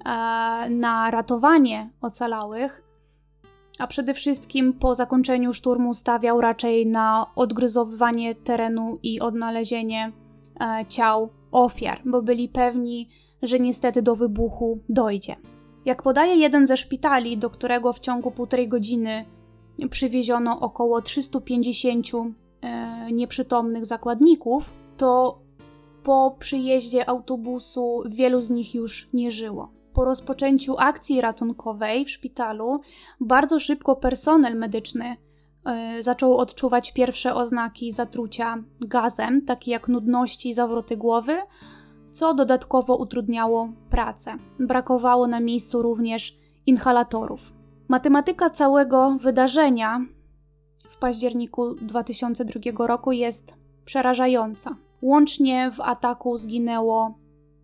na ratowanie ocalałych, a przede wszystkim po zakończeniu szturmu stawiał raczej na odgryzowywanie terenu i odnalezienie ciał ofiar, bo byli pewni, że niestety do wybuchu dojdzie. Jak podaje jeden ze szpitali, do którego w ciągu 1,5 godziny przywieziono około 350 nieprzytomnych zakładników, to po przyjeździe autobusu wielu z nich już nie żyło. Po rozpoczęciu akcji ratunkowej w szpitalu bardzo szybko personel medyczny zaczął odczuwać pierwsze oznaki zatrucia gazem, takie jak nudności i zawroty głowy, co dodatkowo utrudniało pracę. Brakowało na miejscu również inhalatorów. Matematyka całego wydarzenia w październiku 2002 roku jest przerażająca. Łącznie w ataku zginęło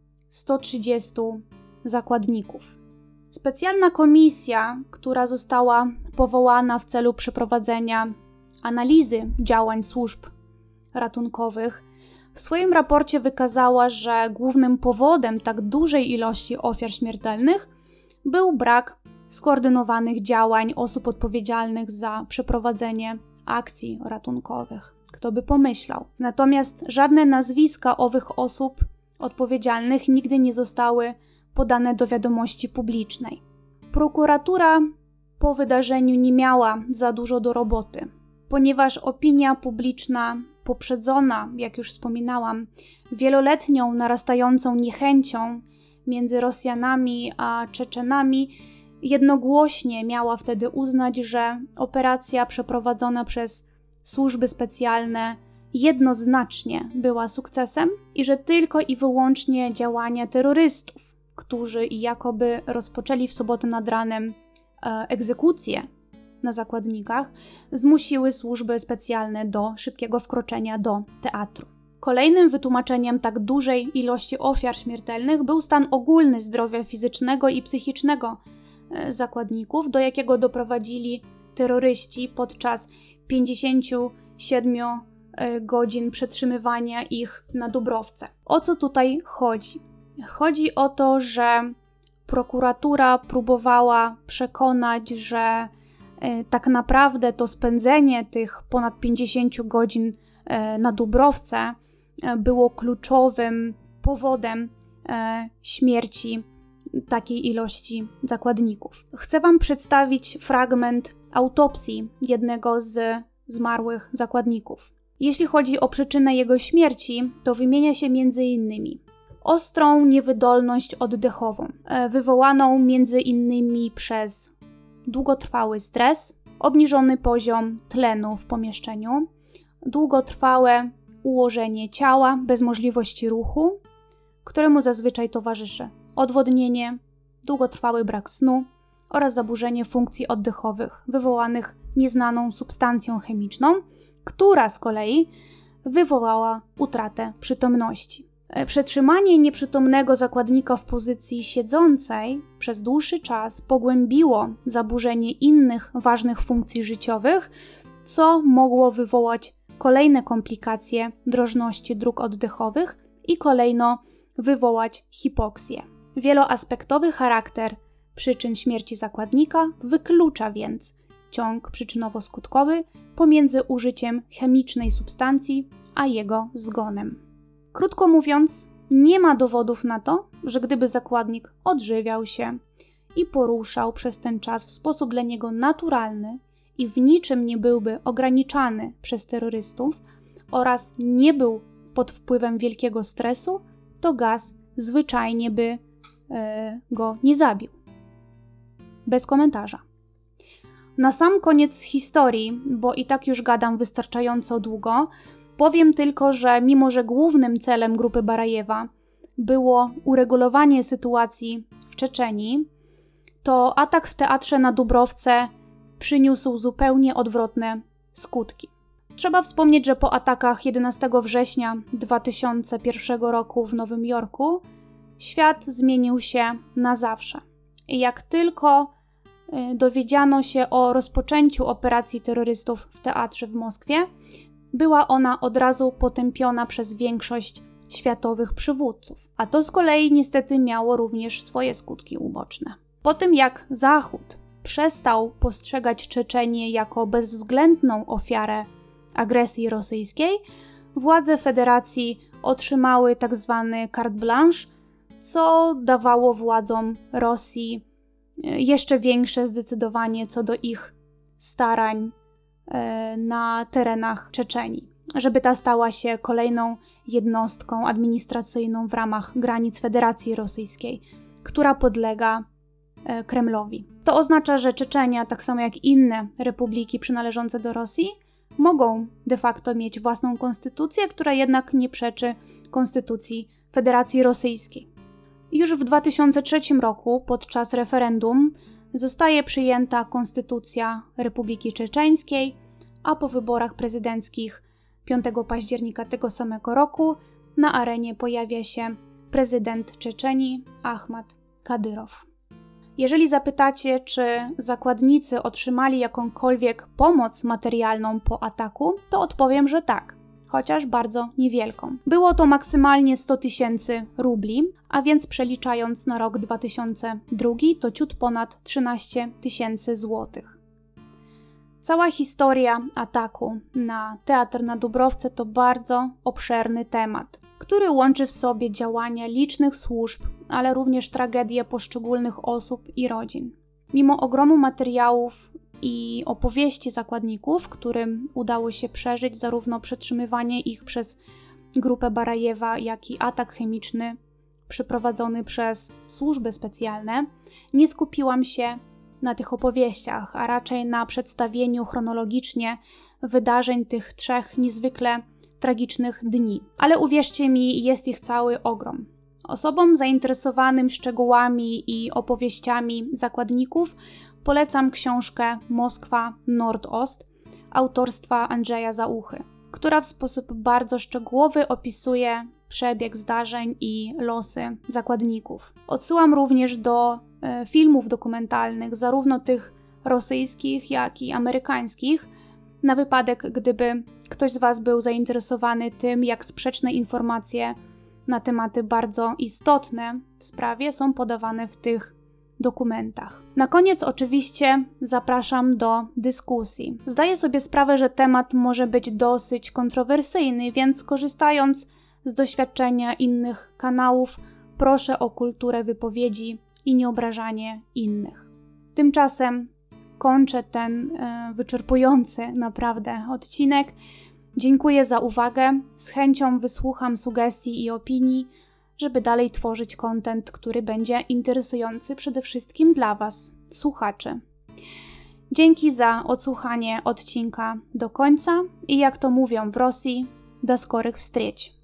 130 zakładników. Specjalna komisja, która została powołana w celu przeprowadzenia analizy działań służb ratunkowych, w swoim raporcie wykazała, że głównym powodem tak dużej ilości ofiar śmiertelnych był brak skoordynowanych działań osób odpowiedzialnych za przeprowadzenie akcji ratunkowych. Kto by pomyślał. Natomiast żadne nazwiska owych osób odpowiedzialnych nigdy nie zostały podane do wiadomości publicznej. Prokuratura po wydarzeniu nie miała za dużo do roboty, ponieważ opinia publiczna poprzedzona, jak już wspominałam, wieloletnią narastającą niechęcią między Rosjanami a Czeczenami jednogłośnie miała wtedy uznać, że operacja przeprowadzona przez służby specjalne jednoznacznie była sukcesem i że tylko i wyłącznie działania terrorystów, którzy jakoby rozpoczęli w sobotę nad ranem egzekucję na zakładnikach, zmusiły służby specjalne do szybkiego wkroczenia do teatru. Kolejnym wytłumaczeniem tak dużej ilości ofiar śmiertelnych był stan ogólny zdrowia fizycznego i psychicznego zakładników, do jakiego doprowadzili terroryści podczas 57 godzin przetrzymywania ich na Dubrowce. O co tutaj chodzi? Chodzi o to, że prokuratura próbowała przekonać, że tak naprawdę to spędzenie tych ponad 50 godzin na Dubrowce było kluczowym powodem śmierci takiej ilości zakładników. Chcę Wam przedstawić fragment autopsji jednego z zmarłych zakładników. Jeśli chodzi o przyczynę jego śmierci, to wymienia się m.in. ostrą niewydolność oddechową, wywołaną m.in. przez długotrwały stres, obniżony poziom tlenu w pomieszczeniu, długotrwałe ułożenie ciała bez możliwości ruchu, któremu zazwyczaj towarzyszy odwodnienie, długotrwały brak snu oraz zaburzenie funkcji oddechowych wywołanych nieznaną substancją chemiczną, która z kolei wywołała utratę przytomności. Przetrzymanie nieprzytomnego zakładnika w pozycji siedzącej przez dłuższy czas pogłębiło zaburzenie innych ważnych funkcji życiowych, co mogło wywołać kolejne komplikacje drożności dróg oddechowych i kolejno wywołać hipoksję. Wieloaspektowy charakter przyczyn śmierci zakładnika wyklucza więc ciąg przyczynowo-skutkowy pomiędzy użyciem chemicznej substancji a jego zgonem. Krótko mówiąc, nie ma dowodów na to, że gdyby zakładnik odżywiał się i poruszał przez ten czas w sposób dla niego naturalny i w niczym nie byłby ograniczany przez terrorystów oraz nie był pod wpływem wielkiego stresu, to gaz zwyczajnie by go nie zabił. Bez komentarza. Na sam koniec historii, bo i tak już gadam wystarczająco długo, powiem tylko, że mimo że głównym celem grupy Barajewa było uregulowanie sytuacji w Czeczenii, to atak w teatrze na Dubrowce przyniósł zupełnie odwrotne skutki. Trzeba wspomnieć, że po atakach 11 września 2001 roku w Nowym Jorku świat zmienił się na zawsze. I jak tylko dowiedziano się o rozpoczęciu operacji terrorystów w teatrze w Moskwie, była ona od razu potępiona przez większość światowych przywódców. A to z kolei niestety miało również swoje skutki uboczne. Po tym jak Zachód przestał postrzegać Czeczenię jako bezwzględną ofiarę agresji rosyjskiej, władze federacji otrzymały tzw. carte blanche, co dawało władzom Rosji jeszcze większe zdecydowanie co do ich starań na terenach Czeczenii, żeby ta stała się kolejną jednostką administracyjną w ramach granic Federacji Rosyjskiej, która podlega Kremlowi. To oznacza, że Czeczenia, tak samo jak inne republiki przynależące do Rosji, mogą de facto mieć własną konstytucję, która jednak nie przeczy konstytucji Federacji Rosyjskiej. Już w 2003 roku, podczas referendum, zostaje przyjęta konstytucja Republiki Czeczeńskiej, a po wyborach prezydenckich 5 października tego samego roku na arenie pojawia się prezydent Czeczenii Ahmad Kadyrow. Jeżeli zapytacie, czy zakładnicy otrzymali jakąkolwiek pomoc materialną po ataku, to odpowiem, że tak, chociaż bardzo niewielką. Było to maksymalnie 100 000 rubli, a więc przeliczając na rok 2002 to ciut ponad 13 000 złotych. Cała historia ataku na teatr na Dubrowce to bardzo obszerny temat, który łączy w sobie działania licznych służb, ale również tragedie poszczególnych osób i rodzin. Mimo ogromu materiałów i opowieści zakładników, którym udało się przeżyć zarówno przetrzymywanie ich przez grupę Barajewa, jak i atak chemiczny przeprowadzony przez służby specjalne, nie skupiłam się na tych opowieściach, a raczej na przedstawieniu chronologicznie wydarzeń tych 3 niezwykle tragicznych dni. Ale uwierzcie mi, jest ich cały ogrom. Osobom zainteresowanym szczegółami i opowieściami zakładników polecam książkę Moskwa Nordost autorstwa Andrzeja Zauchy, która w sposób bardzo szczegółowy opisuje przebieg zdarzeń i losy zakładników. Odsyłam również do filmów dokumentalnych, zarówno tych rosyjskich, jak i amerykańskich, na wypadek, gdyby ktoś z Was był zainteresowany tym, jak sprzeczne informacje na tematy bardzo istotne w sprawie są podawane w tych dokumentach. Na koniec oczywiście zapraszam do dyskusji. Zdaję sobie sprawę, że temat może być dosyć kontrowersyjny, więc korzystając z doświadczenia innych kanałów, proszę o kulturę wypowiedzi i nieobrażanie innych. Tymczasem kończę ten wyczerpujący naprawdę odcinek. Dziękuję za uwagę. Z chęcią wysłucham sugestii i opinii, żeby dalej tworzyć content, który będzie interesujący przede wszystkim dla Was, słuchaczy. Dzięki za odsłuchanie odcinka do końca i jak to mówią w Rosji, do skorych wstreч.